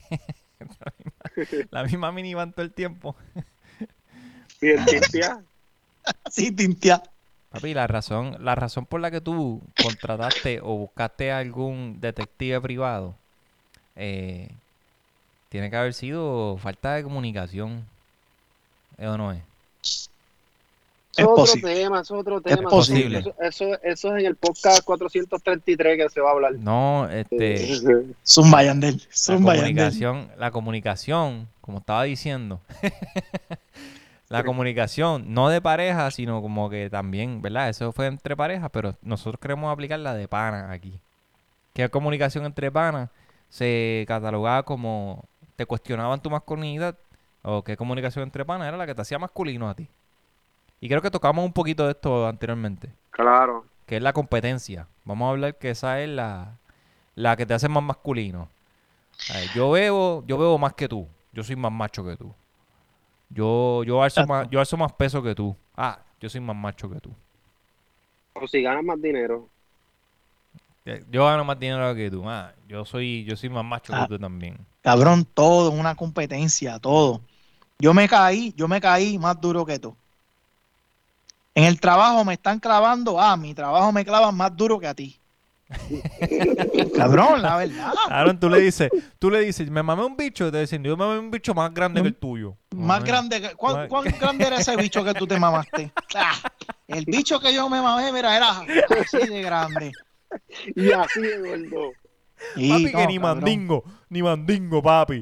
La misma minivan todo el tiempo. Bien tintia. Así, tintia. Papi, la razón por la que tú contrataste o buscaste a algún detective privado tiene que haber sido falta de comunicación. ¿O no es? Es posible, Es otro es tema. posible. Posible. Eso es en el podcast 433 que se va a hablar. No, Zumba, la, Yandel, la zumba, Yandel. comunicación, como estaba diciendo, la comunicación, no de pareja, sino como que también, ¿verdad? Eso fue entre parejas, pero nosotros queremos aplicar la de pana aquí. ¿Qué comunicación entre panas se catalogaba como te cuestionaban tu masculinidad? ¿O qué comunicación entre panas era la que te hacía masculino a ti? Y creo que tocamos un poquito de esto anteriormente, Claro. que es la competencia. Vamos a hablar que esa es la que te hace más masculino. Yo bebo más que tú. Yo soy más macho que tú. Exacto. Yo alzo más peso que tú. Ah, yo soy más macho que tú. O si ganas más dinero. Yo gano más dinero que tú. Ah, yo soy más macho que Ah, tú también. cabrón, todo, una competencia, todo. Yo me caí más duro que tú. En el trabajo me están clavando, mi trabajo me clavan más duro que a ti. Cabrón, la verdad. Aaron, tú le dices, me mamé un bicho, te dicen, yo me mamé un bicho más grande que el tuyo. Más Ay, grande ay. ¿cuán grande era ese bicho que tú te mamaste? El bicho que yo me mamé, mira, era así de grande. Y así de gordo. Y Papi, que no, cabrón. ni mandingo, papi.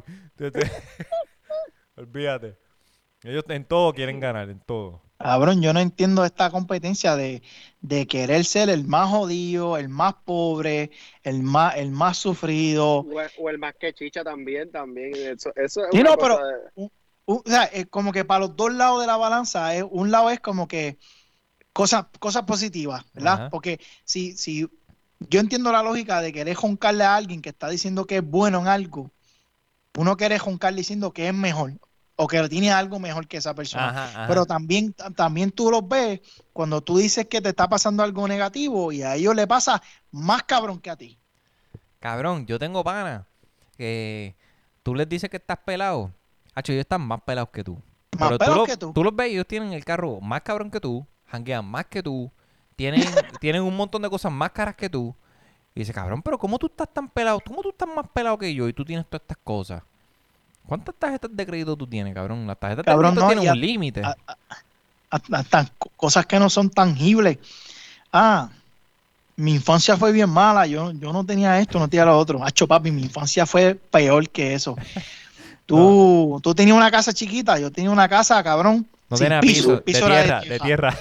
Olvídate. Ellos en todo quieren ganar, en todo. Cabrón, yo no entiendo esta competencia de querer ser el más jodido, el más pobre, el más sufrido. O el más que chicha también. Eso es Sí, una no, cosa pero o sea, es como que para los dos lados de la balanza, un lado es como que cosas positivas, ¿verdad? Ajá. Porque si yo entiendo la lógica de querer joncarle a alguien que está diciendo que es bueno en algo, uno quiere joncar diciendo que es mejor o que tiene algo mejor que esa persona. Ajá, Pero ajá. también tú los ves cuando tú dices que te está pasando algo negativo y a ellos le pasa más cabrón que a ti. Cabrón, yo tengo pana que tú les dices que estás pelado. Hacho, ellos están más pelados que tú. Más Pero pelos que tú. tú los ves y ellos tienen el carro más cabrón que tú, janguean más que tú, tienen un montón de cosas más caras que tú. Y dice, cabrón, pero ¿cómo tú estás tan pelado? ¿Cómo tú estás más pelado que yo y tú tienes todas estas cosas? ¿Cuántas tarjetas de crédito tú tienes, cabrón? Las tarjetas de Cabrón, crédito no, tienen y un límite. hasta cosas que no son tangibles. Ah, mi infancia fue bien mala, yo no tenía esto, no tenía lo otro. Hacho, papi, mi infancia fue peor que eso. No, Tú tenías una casa chiquita, yo tenía una casa, cabrón, no sin tiene piso, piso, el piso era de tierra.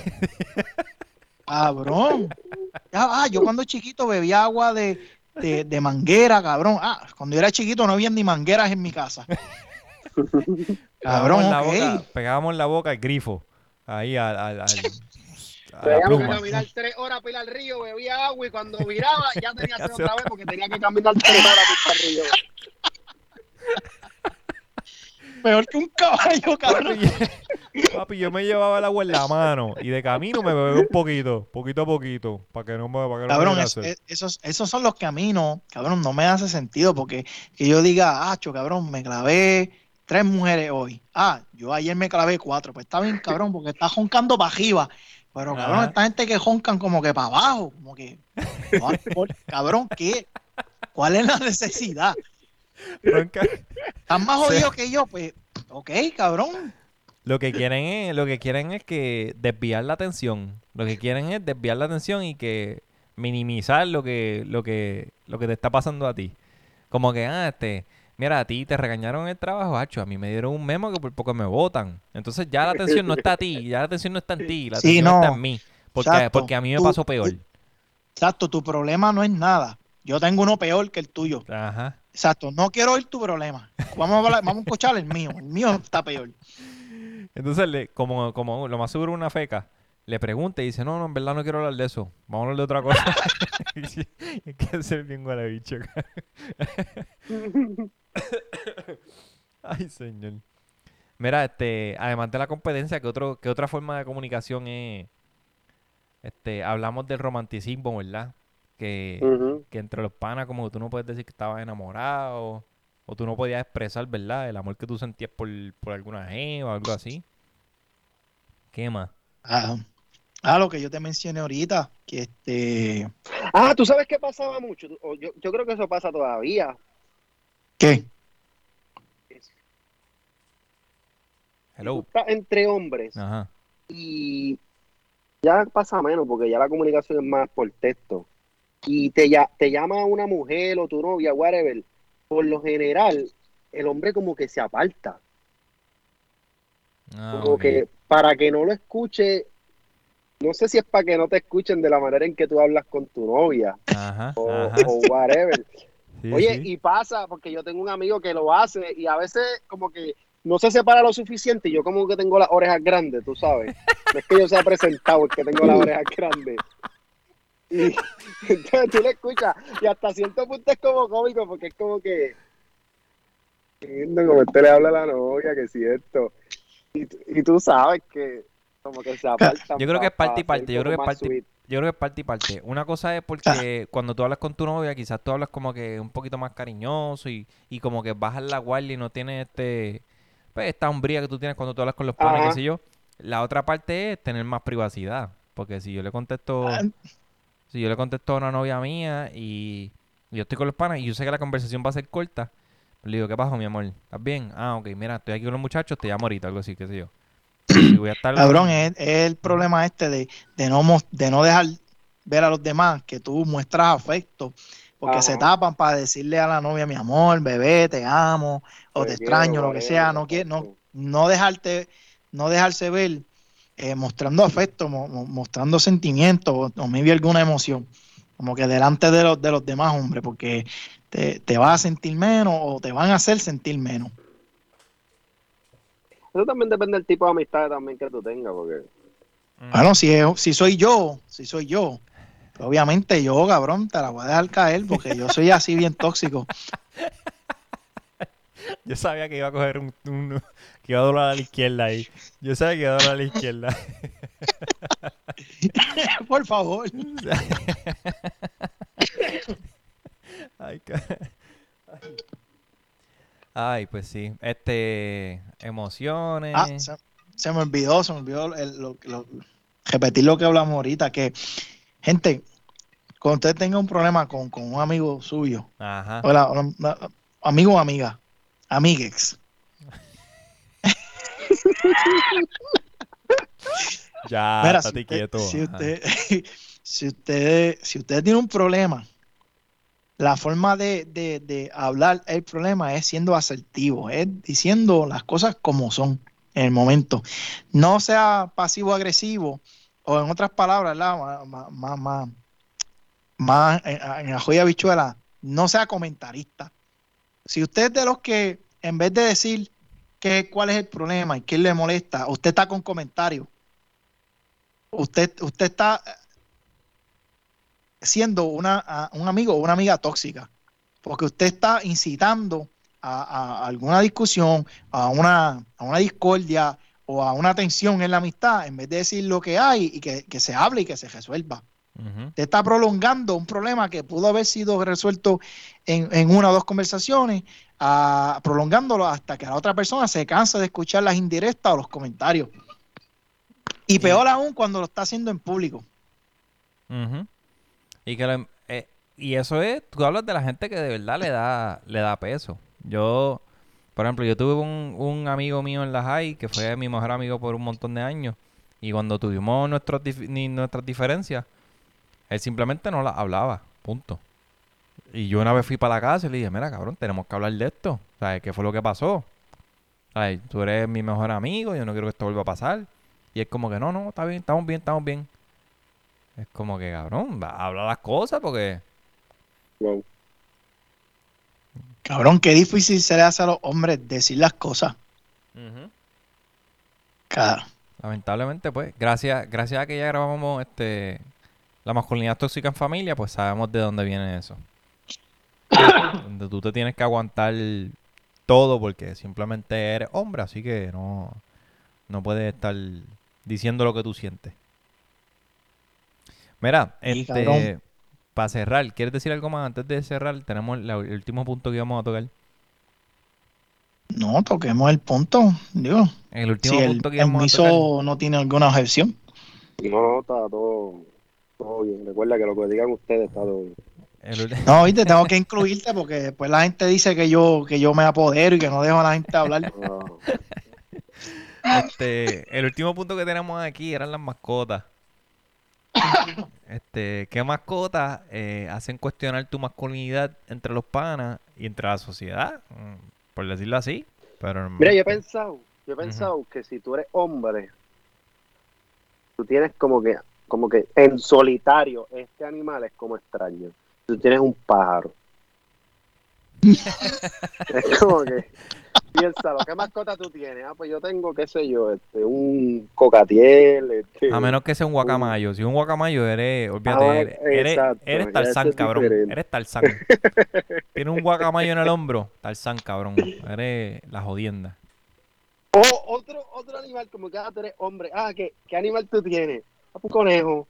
Cabrón. Yo cuando chiquito bebía agua de manguera, cabrón. Cuando yo era chiquito no había ni mangueras en mi casa. Pegábamos Cabrón, en la ok. boca, pegábamos en la boca el grifo. Ahí a la Teníamos que pluma. caminar 3 horas para ir al río, bebía agua y cuando viraba ya tenía sed Hace otra vez porque tenía que caminar 3 horas para ir al río. Peor que un caballo, cabrón. Papi, yo me llevaba el agua en la mano y de camino me bebía un poquito a poquito, para que no me Cabrón, diera sed. esos son los caminos, cabrón, no me hace sentido porque que yo diga, cabrón, me clavé 3 mujeres hoy. Yo ayer me clavé 4. Pues está bien, cabrón, porque está joncando para arriba. Pero, cabrón, Ajá. esta gente que joncan como que para abajo, como que, cabrón, ¿qué? ¿Cuál es la necesidad? Ronca. ¿Están más Se- jodidos que yo? Pues, ok, cabrón. Lo que quieren es que desviar la atención. Lo que quieren es desviar la atención y que minimizar lo que te está pasando a ti. Como que, mira, a ti te regañaron en el trabajo, hacho, a mí me dieron un memo que por poco me votan. Entonces ya la atención no está a ti, ya la atención no está en ti, la Sí, atención está no, en mí. exacto. Porque a mí me pasó peor. Exacto, tu problema no es nada. Yo tengo uno peor que el tuyo. Ajá. Exacto, no quiero oír tu problema. Vamos a escuchar el mío. El mío está peor. Entonces, como lo más seguro una feca, le pregunta y dice, no, en verdad no quiero hablar de eso. Vamos a hablar de otra cosa. Es que ser bien bicho. Ay, señor. Mira, además de la competencia, ¿qué otra forma de comunicación es? Hablamos del romanticismo, ¿verdad? Ujú. Que entre los panas, como que tú no puedes decir que estabas enamorado, o tú no podías expresar, ¿verdad? El amor que tú sentías por alguna jeva o algo así. ¿Qué más? Ah, lo que yo te mencioné ahorita, que ¿Tú sabes qué pasaba mucho? Yo creo que eso pasa todavía. ¿qué? Si tú Hello. estás entre hombres Ajá. y ya pasa menos porque ya la comunicación es más por texto y te llama una mujer o tu novia, whatever, por lo general el hombre como que se aparta, Ah, como ok. que para que no lo escuche, no sé si es para que no te escuchen de la manera en que tú hablas con tu novia Ajá, o ajá. whatever. Sí, Oye, sí. y pasa, porque yo tengo un amigo que lo hace y a veces como que no se separa lo suficiente y yo como que tengo las orejas grandes, tú sabes. No es que yo sea presentado, es que tengo las orejas grandes. Y entonces tú le escuchas y hasta cierto punto es como cómico porque es como que, lindo, como este le habla a la novia, que si esto. Y tú sabes que como que se Yo apartan creo que es parte y para ser parte. Yo creo como que es más parte. sweet. Yo creo que es parte y parte. Una cosa es Ah, porque cuando tú hablas con tu novia, quizás tú hablas como que un poquito más cariñoso y como que bajas la guardia y no tienes pues esta hombría que tú tienes cuando tú hablas con los panes, qué Ajá. sé yo. La otra parte es tener más privacidad. Porque ah, si yo le contesto a una novia mía y yo estoy con los panes y yo sé que la conversación va a ser corta, le digo, ¿qué pasó, mi amor? ¿Estás bien? Ah, ok, mira, estoy aquí con los muchachos, te llamo ahorita, algo así, qué sé yo. Pero si voy a estar... Cabrón, es el Ujú. problema de no dejar ver a los demás que tú muestras afecto, porque se Ajá. tapan para decirle a la novia, mi amor, bebé, te amo, o te Te quiero, extraño, lo que whatever, sea, exacto. no dejarse ver mostrando afecto, mostrando sentimientos o maybe alguna emoción, como que delante de los demás, hombre, porque te vas a sentir menos o te van a hacer sentir menos. Eso también depende del tipo de amistad también que tú tengas, porque Ujú. Bueno, si soy yo, pues obviamente yo, cabrón, te la voy a dejar caer porque yo soy así bien tóxico. Yo sabía que iba a coger que iba a doblar a la izquierda ahí. Yo sabía que iba a doblar a la izquierda. Por favor. Ay, ay, pues sí. Ah, Emociones. se me olvidó repetir lo que hablamos ahorita, que, gente, cuando usted tenga un problema con un amigo suyo, Ajá. amigo o amiga, amiguex, Ya, mira, estate quieto. si Ajá. usted, si usted tiene un problema, la forma de hablar el problema es siendo asertivo, es diciendo las cosas como son en el momento. No sea pasivo-agresivo, o en otras palabras, ¿verdad? Más en la joya bichuela, no sea comentarista. Si usted es de los que, en vez de decir cuál es el problema y qué le molesta, usted está con comentarios, usted está siendo un amigo o una amiga tóxica, porque usted está incitando a alguna discusión, a una discordia o a una tensión en la amistad, en vez de decir lo que hay y que se hable y que se resuelva. Ujú. Usted está prolongando un problema que pudo haber sido resuelto en una o dos conversaciones, prolongándolo hasta que la otra persona se cansa de escuchar las indirectas o los comentarios. Y Y, peor aún cuando lo está haciendo en público. ujú. Y que y eso es, tú hablas de la gente que de verdad le da peso. Yo, por ejemplo, yo tuve un amigo mío en la high que fue mi mejor amigo por un montón de años. Y cuando tuvimos nuestras diferencias, él simplemente no las hablaba. Punto. Y yo una vez fui para la casa y le dije, mira, cabrón, tenemos que hablar de esto. ¿Sabes qué fue lo que pasó? ¿Sabes? Tú eres mi mejor amigo, yo no quiero que esto vuelva a pasar. Y es como que, no, no, está bien, estamos bien, estamos bien. Es como que, cabrón, habla las cosas porque... Wow. Cabrón, qué difícil se le hace a los hombres decir las cosas. Ujú. Cara, Lamentablemente, pues, gracias a que ya grabamos la masculinidad tóxica en familia, pues sabemos de dónde viene eso. Donde tú te tienes que aguantar todo porque simplemente eres hombre, así que no puedes estar diciendo lo que tú sientes. Mira, y cabrón, para cerrar, ¿quieres decir algo más antes de cerrar? Tenemos el último punto que íbamos a tocar. no toquemos el punto. Digo, El si último el, punto que el íbamos a tocar. miso no tiene alguna objeción. No, está todo bien. Recuerda que lo que digan ustedes está todo bien. No, viste, tengo que incluirte porque después la gente dice que yo me apodero y que no dejo a la gente hablar. El último punto que tenemos aquí eran las mascotas. ¿Qué mascotas hacen cuestionar tu masculinidad entre los panas y entre la sociedad? Por decirlo así. Pero Mira, yo he pues, pensado que si tú eres hombre, tú tienes como que en solitario, este animal es como extraño. Tú tienes un pájaro. Es como que, piénsalo, ¿qué mascota tú tienes? Ah, pues yo tengo, qué sé yo, un cocatiel, a menos que sea un guacamayo. Si un guacamayo eres, olvídate, exacto, eres ya eso Tarzán, es cabrón. diferente. Eres Tarzán. Tienes un guacamayo en el hombro, Tarzán, cabrón. Eres la jodienda. O otro animal, como que tú eres hombre. Ah, ¿qué animal tú tienes? Ah, un conejo.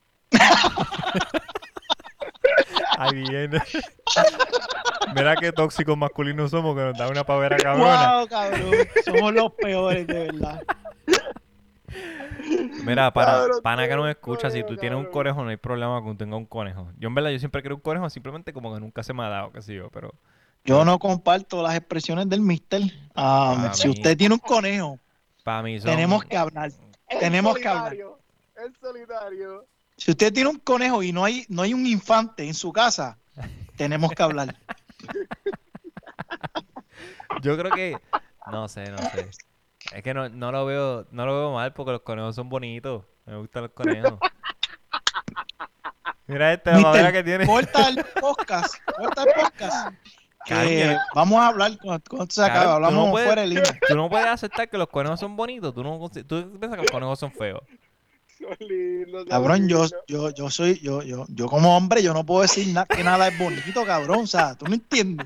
Ahí viene. Mira qué tóxicos masculinos somos que nos da una pavera cabrona. Wow, cabrón, somos los peores, de verdad. Mira, Cabrón, pana que tienes nos un escucha, si conejo, tú tienes un cabrón. conejo, no hay problema con que tenga un conejo. Yo en verdad, yo siempre quiero un conejo, simplemente como que nunca se me ha dado, qué sé yo, pero Yo yo, no comparto las expresiones del mister. para Si mí, usted tiene un conejo, para mí tenemos son... que hablar. Es Tenemos que hablar. solitario. Es solitario. Si usted tiene un conejo y no hay un infante en su casa, tenemos que hablar. Yo creo que... No sé, no sé. Es que no lo veo mal porque los conejos son bonitos. Me gustan los conejos. Mira la pavera Mister, que tiene. corta el podcast, Cariño, que vamos a hablar cuando esto se acabe, cabrón, hablamos fuera de línea. tú no puedes aceptar que los conejos son bonitos. Tú piensas que los conejos son feos. Son lindos, son Cabrón, lindos. yo como hombre, yo no puedo decir que nada es bonito, cabrón, o sea, tú no entiendes.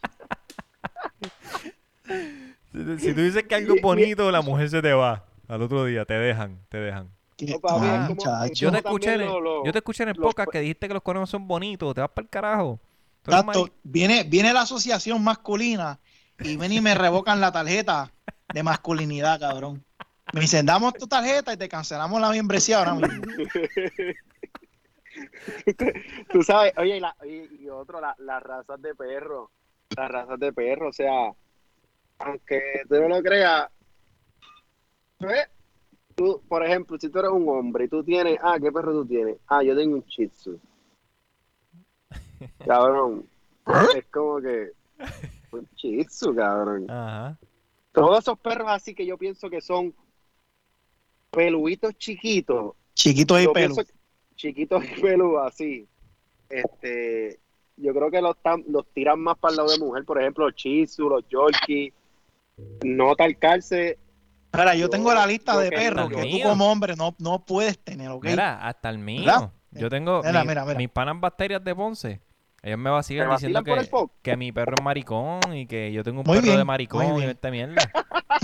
Si tú dices que algo es bonito, la mujer se te va. Al otro día, te dejan, te dejan. No, papi, No, es Yo te muchacho. como escuché también yo te escuché en el los podcast que dijiste que los conejos son bonitos. Te vas para el carajo. Tú eres Exacto, viene la asociación masculina y ven y me revocan la tarjeta de masculinidad, cabrón. Me dicen, damos tu tarjeta y te cancelamos la membresía ahora mismo. Tú sabes, oye, y otro, las razas de perro. Las razas de perro, o sea, aunque tú no lo creas, ¿ves? Tú, por ejemplo, si tú eres un hombre y tú tienes, ¿qué perro tú tienes? Yo tengo un Shih Tzu. Cabrón, es como que un Shih Tzu, cabrón. Ajá. Todos esos perros así que yo pienso que son peluditos chiquitos, Chiquito y yo pelo. pienso que chiquitos y peludos así, yo creo que los tiran más para el lado de mujer, por ejemplo, los Shih Tzu, los Yorkie, no talcarse. Ahora, yo tengo la lista de quería perros el que tú mío. como hombre no puedes tener, ¿ok? Mira, hasta el mío. ¿Verdad? Yo tengo Mira. mis panas bacterias de Ponce. Ellos me ¿Te vacilan diciendo vacilan por el pop? que mi perro es maricón y que yo tengo un Muy perro bien, de muy maricón y bien. esta mierda.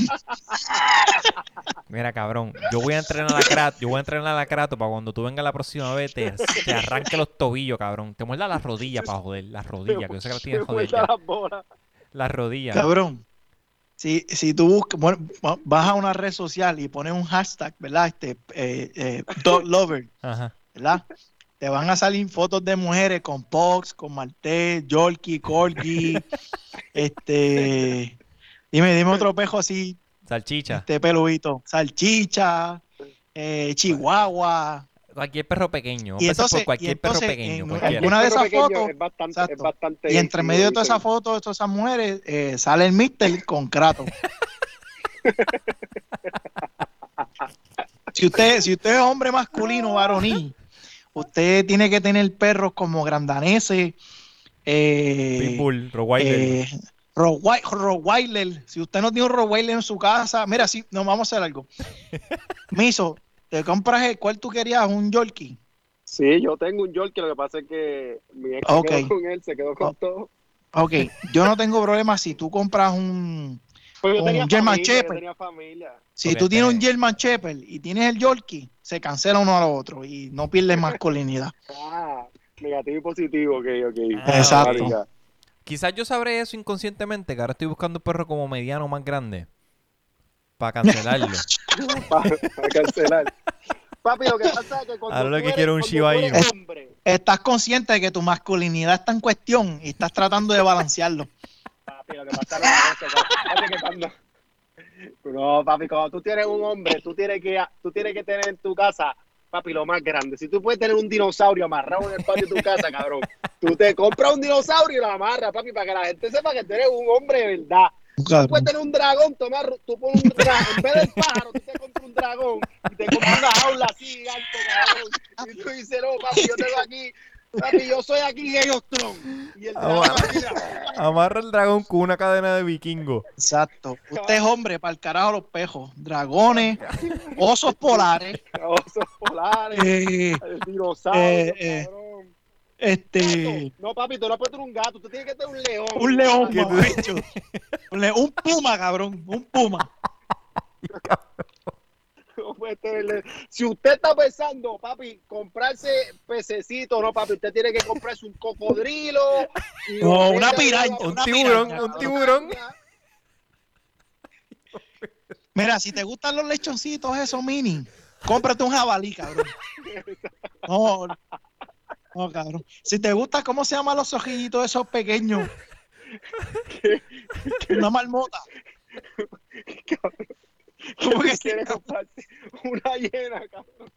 Mira, cabrón, yo voy a entrenar a la Kratos para cuando tú vengas la próxima vez te arranque los tobillos, cabrón. Te muerda las rodillas para joder, las rodillas, que yo sé que las tienes Me joder vuelta ya. las bolas. Las rodillas. Cabrón, si tú buscas, bueno, vas a una red social y pones un hashtag, ¿verdad? Dog lover, Ajá. ¿verdad? Te van a salir fotos de mujeres con Pox, con Maltés, Yorkie, Corgi, dime otro pejo así, Salchicha. peludito, salchicha, chihuahua. Cualquier perro pequeño. Vamos Y a empezar por entonces, cualquier perro pequeño, en cualquiera. alguna de Perro esas pequeño fotos, es bastante, exacto, es y entre como medio de todas dicen. esas fotos de todas esas mujeres, sale el Mister con Kratos. Si usted es hombre masculino, varonil, usted tiene que tener perros como grandaneses, Pitbull, Rottweiler. Rottweiler. Si usted no tiene un Rottweiler en su casa, mira, sí, no, vamos a hacer algo. Miso, te compras ¿cuál tú querías? ¿Un Yorkie? Sí, yo tengo un Yorkie, lo que pasa es que mi ex se Ok. quedó con él, se quedó con Oh. todo. Ok, yo no tengo problema si tú compras un Pues yo tenía German familia, yo Shepherd. tenía familia. Si Ok, tú tienes un este- German Shepherd y tienes el Yorkie, se cancela uno a lo otro y no pierdes masculinidad. Negativo y positivo, ok. Exacto. Matemática. Quizás yo sabré eso inconscientemente, que ahora estoy buscando un perro como mediano más grande. Para cancelarlo. Para cancelar. Papi, lo que pasa es que cuando Ahora lo tú que eres, quiero es un cuando Shiba tú eres Inu. hombre, Estás consciente de que tu masculinidad está en cuestión y estás tratando de balancearlo. papi, lo que pasa no es eso. Papi, que cuando... No, papi, cuando tú tienes un hombre, tú tienes que tener en tu casa, papi, lo más grande. Si tú puedes tener un dinosaurio amarrado en el patio de tu casa, cabrón, tú te compras un dinosaurio y lo amarras, papi, para que la gente sepa que tú eres un hombre de verdad. Tú puedes tener un dragón, tú pones un dragón, en vez del pájaro, tú te compras un dragón y te compras una jaula así, alto, cabrón. Y tú dices, no, papi, yo tengo aquí, papi, yo soy aquí Game of Thrones. Y el dragón aquí, Amarra el dragón con una cadena de vikingo. Exacto. Usted es hombre, para el carajo los pejos. Dragones, osos polares, osos polares, dinosaurios, cabrón. Gato. No, papi, tú no puedes tener un gato, tú tienes que tener un león. Un león, Gato. mamabicho. Un puma, cabrón. Un puma. No puedes tenerle- Si usted está pensando, papi, comprarse pececito, no, papi, usted tiene que comprarse un cocodrilo. Y No, lo una tenga piraña, arriba, una tiburón, piraña. un tiburón. Mira, si te gustan los lechoncitos esos mini, cómprate un jabalí, cabrón. No, cabrón. Si te gusta, ¿cómo se llaman los ojillitos esos pequeños? Una marmota. ¿Cómo que se quiere llama? comprarse una hiena, cabrón.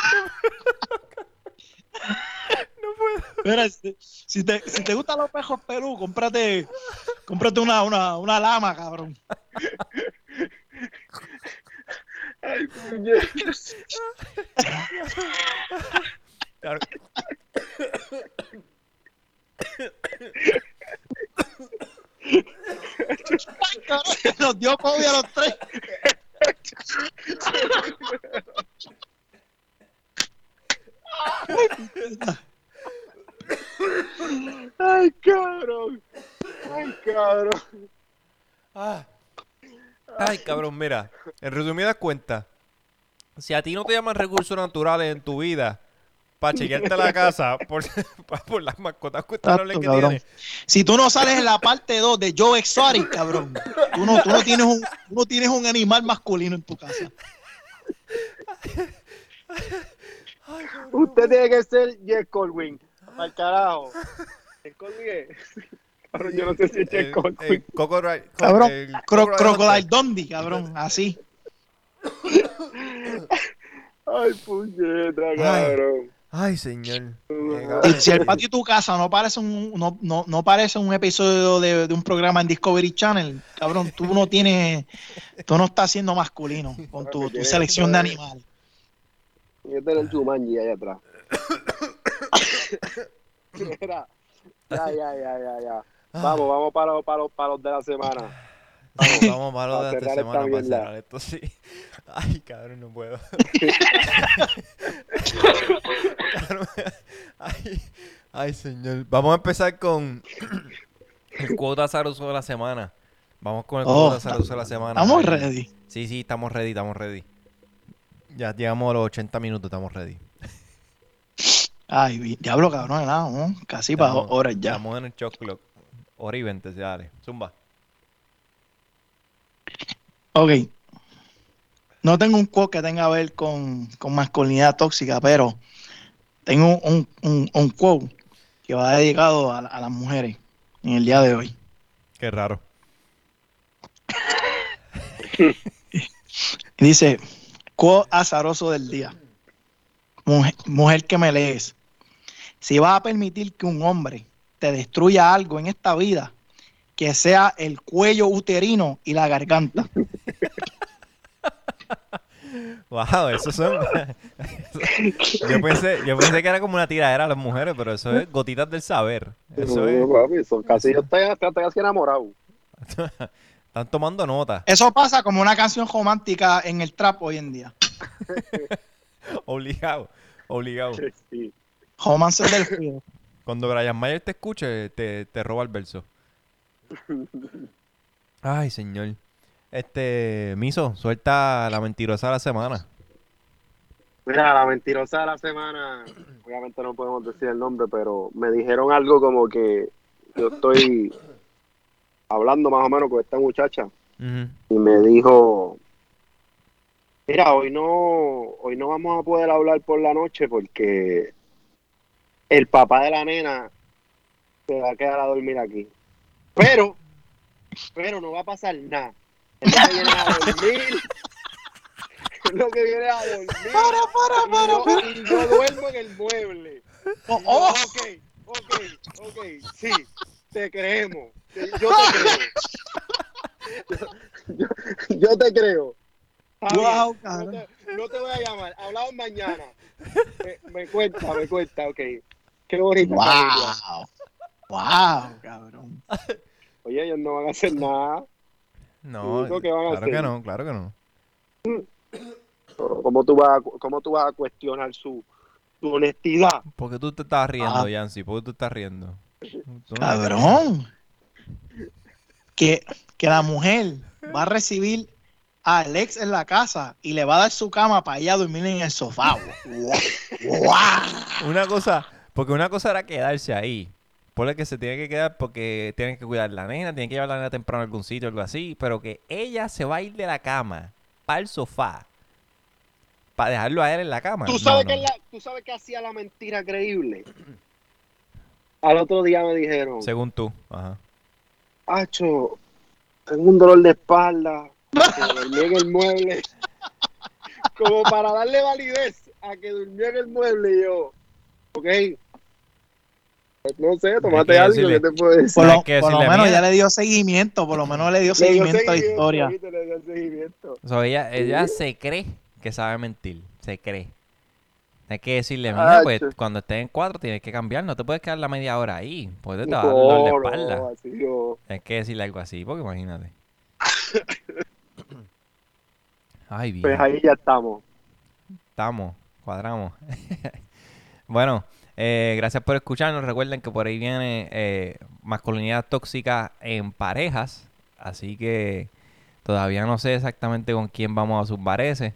Mira, si te gustan los pejos pelú, cómprate una lama, cabrón. Ay, puñet. Claro. Ay, cabrón, nos dio COVID a los tres. Ay, cabrón. Ay, cabrón. Ay, cabrón, mira. En resumidas cuentas, si a ti no te llaman recursos naturales en tu vida para chequearte la casa por las mascotas cuestionables Exacto, que cabrón. tienes, Si tú no sales en la parte 2 de Joe Exotic, cabrón, tú no tienes un animal masculino en tu casa. Usted tiene que ser Jeff Colwyn. Al carajo. Jeff Colwyn es. Cabrón, yo no sé si es Jeff Colwyn. Cabrón, Crocodile Crocodile Dundee, cabrón, así. Ay, puñeta, Ay. cabrón. Ay, señor. Si el patio de tu casa no parece no parece un episodio de un programa en Discovery Channel, cabrón, tú no estás siendo masculino con tu selección de animales. Yo tengo el Jumanji ahí atrás. Mira, ya. Vamos para los de la semana. Vamos malo de Para esta cerrar esta semana para mierda. cerrar esto, sí. Ay, cabrón, no puedo. Cabrón, ay, señor. Vamos a empezar con el quote azaroso de la semana. Vamos con el quote azaroso de la semana. Estamos ready. Sí, estamos ready. Ya llegamos a los 80 minutos, estamos ready. Ay, diablo, cabrón, nada, ¿no? Casi para horas ya. Estamos en el shot clock. Hora y 20, dale. Zumba. Ok. No tengo un quote que tenga que ver con masculinidad tóxica, pero tengo un quote que va dedicado a las mujeres en el día de hoy. Qué raro. Dice, quote azaroso del día. Mujer que me lees. Si vas a permitir que un hombre te destruya algo en esta vida, que sea el cuello uterino y la garganta. Wow, esos son. yo pensé que era como una tiradera a las mujeres, pero eso es gotitas del saber. Eso es. Papi, son casi yo estoy casi enamorado. Están tomando nota. Eso pasa como una canción romántica en el trap hoy en día. Obligado. Sí. Romance del frío. Cuando Brian Mayer te escuche, te roba el verso. Ay, señor. Miso, suelta la mentirosa de la semana. Mira, la mentirosa de la semana, obviamente no podemos decir el nombre, pero me dijeron algo como que yo estoy hablando más o menos con esta muchacha Ujú. y me dijo, mira, hoy no vamos a poder hablar por la noche porque el papá de la nena se va a quedar a dormir aquí. Pero no va a pasar nada. Es lo que viene a dormir. Es lo que viene a dormir. Y yo duermo en el mueble. Ok, sí, te creemos. Yo te creo. Yo te creo. Wow, No cabrón. no te voy a llamar. Hablamos mañana. Me cuenta, ok. Qué bonita familia. Wow, cabrón. Oye, ellos no van a hacer nada. No, Digo que van a hacer. claro que no. ¿Cómo tú vas a cuestionar su honestidad? ¿Por qué tú te estás riendo, Yancy? ¿Por qué tú estás riendo? Cabrón. Que la mujer va a recibir al ex en la casa y le va a dar su cama para ella dormir en el sofá. Wow. Una cosa era quedarse ahí. Ponle que se tiene que quedar porque tienen que cuidar la nena, tienen que llevar a la nena temprano a algún sitio o algo así, pero que ella se va a ir de la cama para el sofá para dejarlo a él en la cama. ¿Tú sabes, No. ¿Tú sabes que hacía la mentira creíble? Al otro día me dijeron, Según tú. Ajá. Acho, tengo un dolor de espalda, que dormí en el mueble. Como para darle validez a que durmió en el mueble y yo, ok, no sé, Hay tomate que algo, decirle. ¿qué te puedo decir? Por Hay que lo decirle, menos mira. ya le dio seguimiento, por lo menos le dio Le dio seguimiento a la historia. ¿viste? Le dio seguimiento. So, ella se cree que sabe mentir. Se cree. Hay que decirle, mira, pues Acho. cuando estés en 4 tienes que cambiar. No te puedes quedar la media hora ahí. Porque te va a dar dolor de espalda. No, así no. Hay que decirle algo así, porque imagínate. Ay, bien. Pues ahí ya estamos. Estamos, cuadramos. Bueno, gracias por escucharnos. Recuerden que por ahí viene masculinidad tóxica en parejas. Así que todavía no sé exactamente con quién vamos a zumbar ese.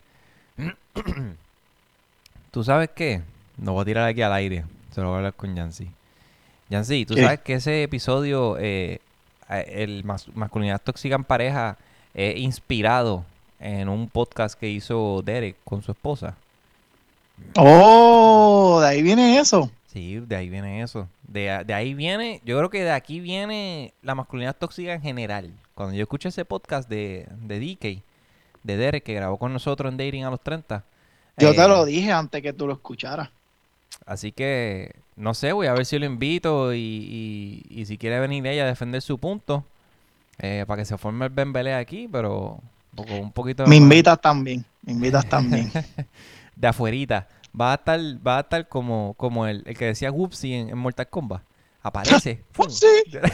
¿Tú sabes qué? Lo voy a tirar aquí al aire. Se lo voy a hablar con Yancy. Yancy, ¿tú ¿Qué? sabes que ese episodio, masculinidad tóxica en pareja, es inspirado en un podcast que hizo Derek con su esposa? Oh, de ahí viene eso. Sí, de ahí viene eso. De ahí viene, yo creo que de aquí viene la masculinidad tóxica en general. Cuando yo escuché ese podcast de DK, de Derek, que grabó con nosotros en Dating a los 30. Yo te eh, lo dije antes que tú lo escucharas. Así que, no sé, voy a ver si lo invito y si quiere venir ella a defender su punto, para que se forme el bembelé aquí, pero un poquito Me más invitas también, me invitas también. de afuerita. Va a estar como el que decía Whoopsie en Mortal Kombat. Aparece. ¡fum! Sí.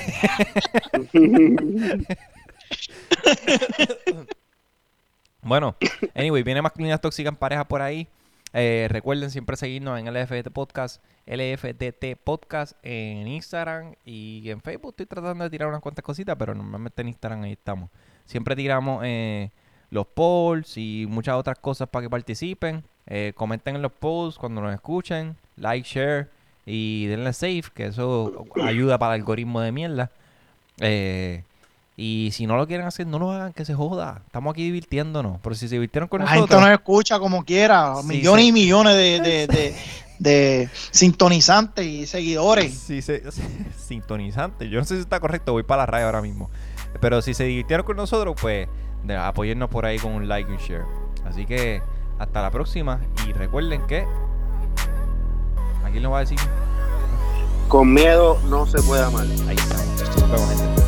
Bueno, anyway, viene masculinidad tóxica en pareja por ahí. Recuerden siempre seguirnos en LFT Podcast, LFTT Podcast en Instagram y en Facebook. Estoy tratando de tirar unas cuantas cositas, pero normalmente en Instagram ahí estamos. Siempre tiramos los polls y muchas otras cosas para que participen. Comenten en los posts cuando nos escuchen, like, share y denle save, que eso ayuda para el algoritmo de mierda. Y si no lo quieren hacer, no lo hagan, que se joda. Estamos aquí divirtiéndonos. Pero si se divirtieron con La gente nosotros, nos escucha como quiera, Sí, millones sí. y millones de sintonizantes y seguidores. si se sintonizante. Yo no sé si está correcto, voy para la radio ahora mismo. Pero si se divirtieron con nosotros, pues apóyennos por ahí con un like y un share. Así que hasta la próxima. Y recuerden que aquí nos va a decir. Con miedo no se puede amar. Ahí estamos. Nos vemos, gente.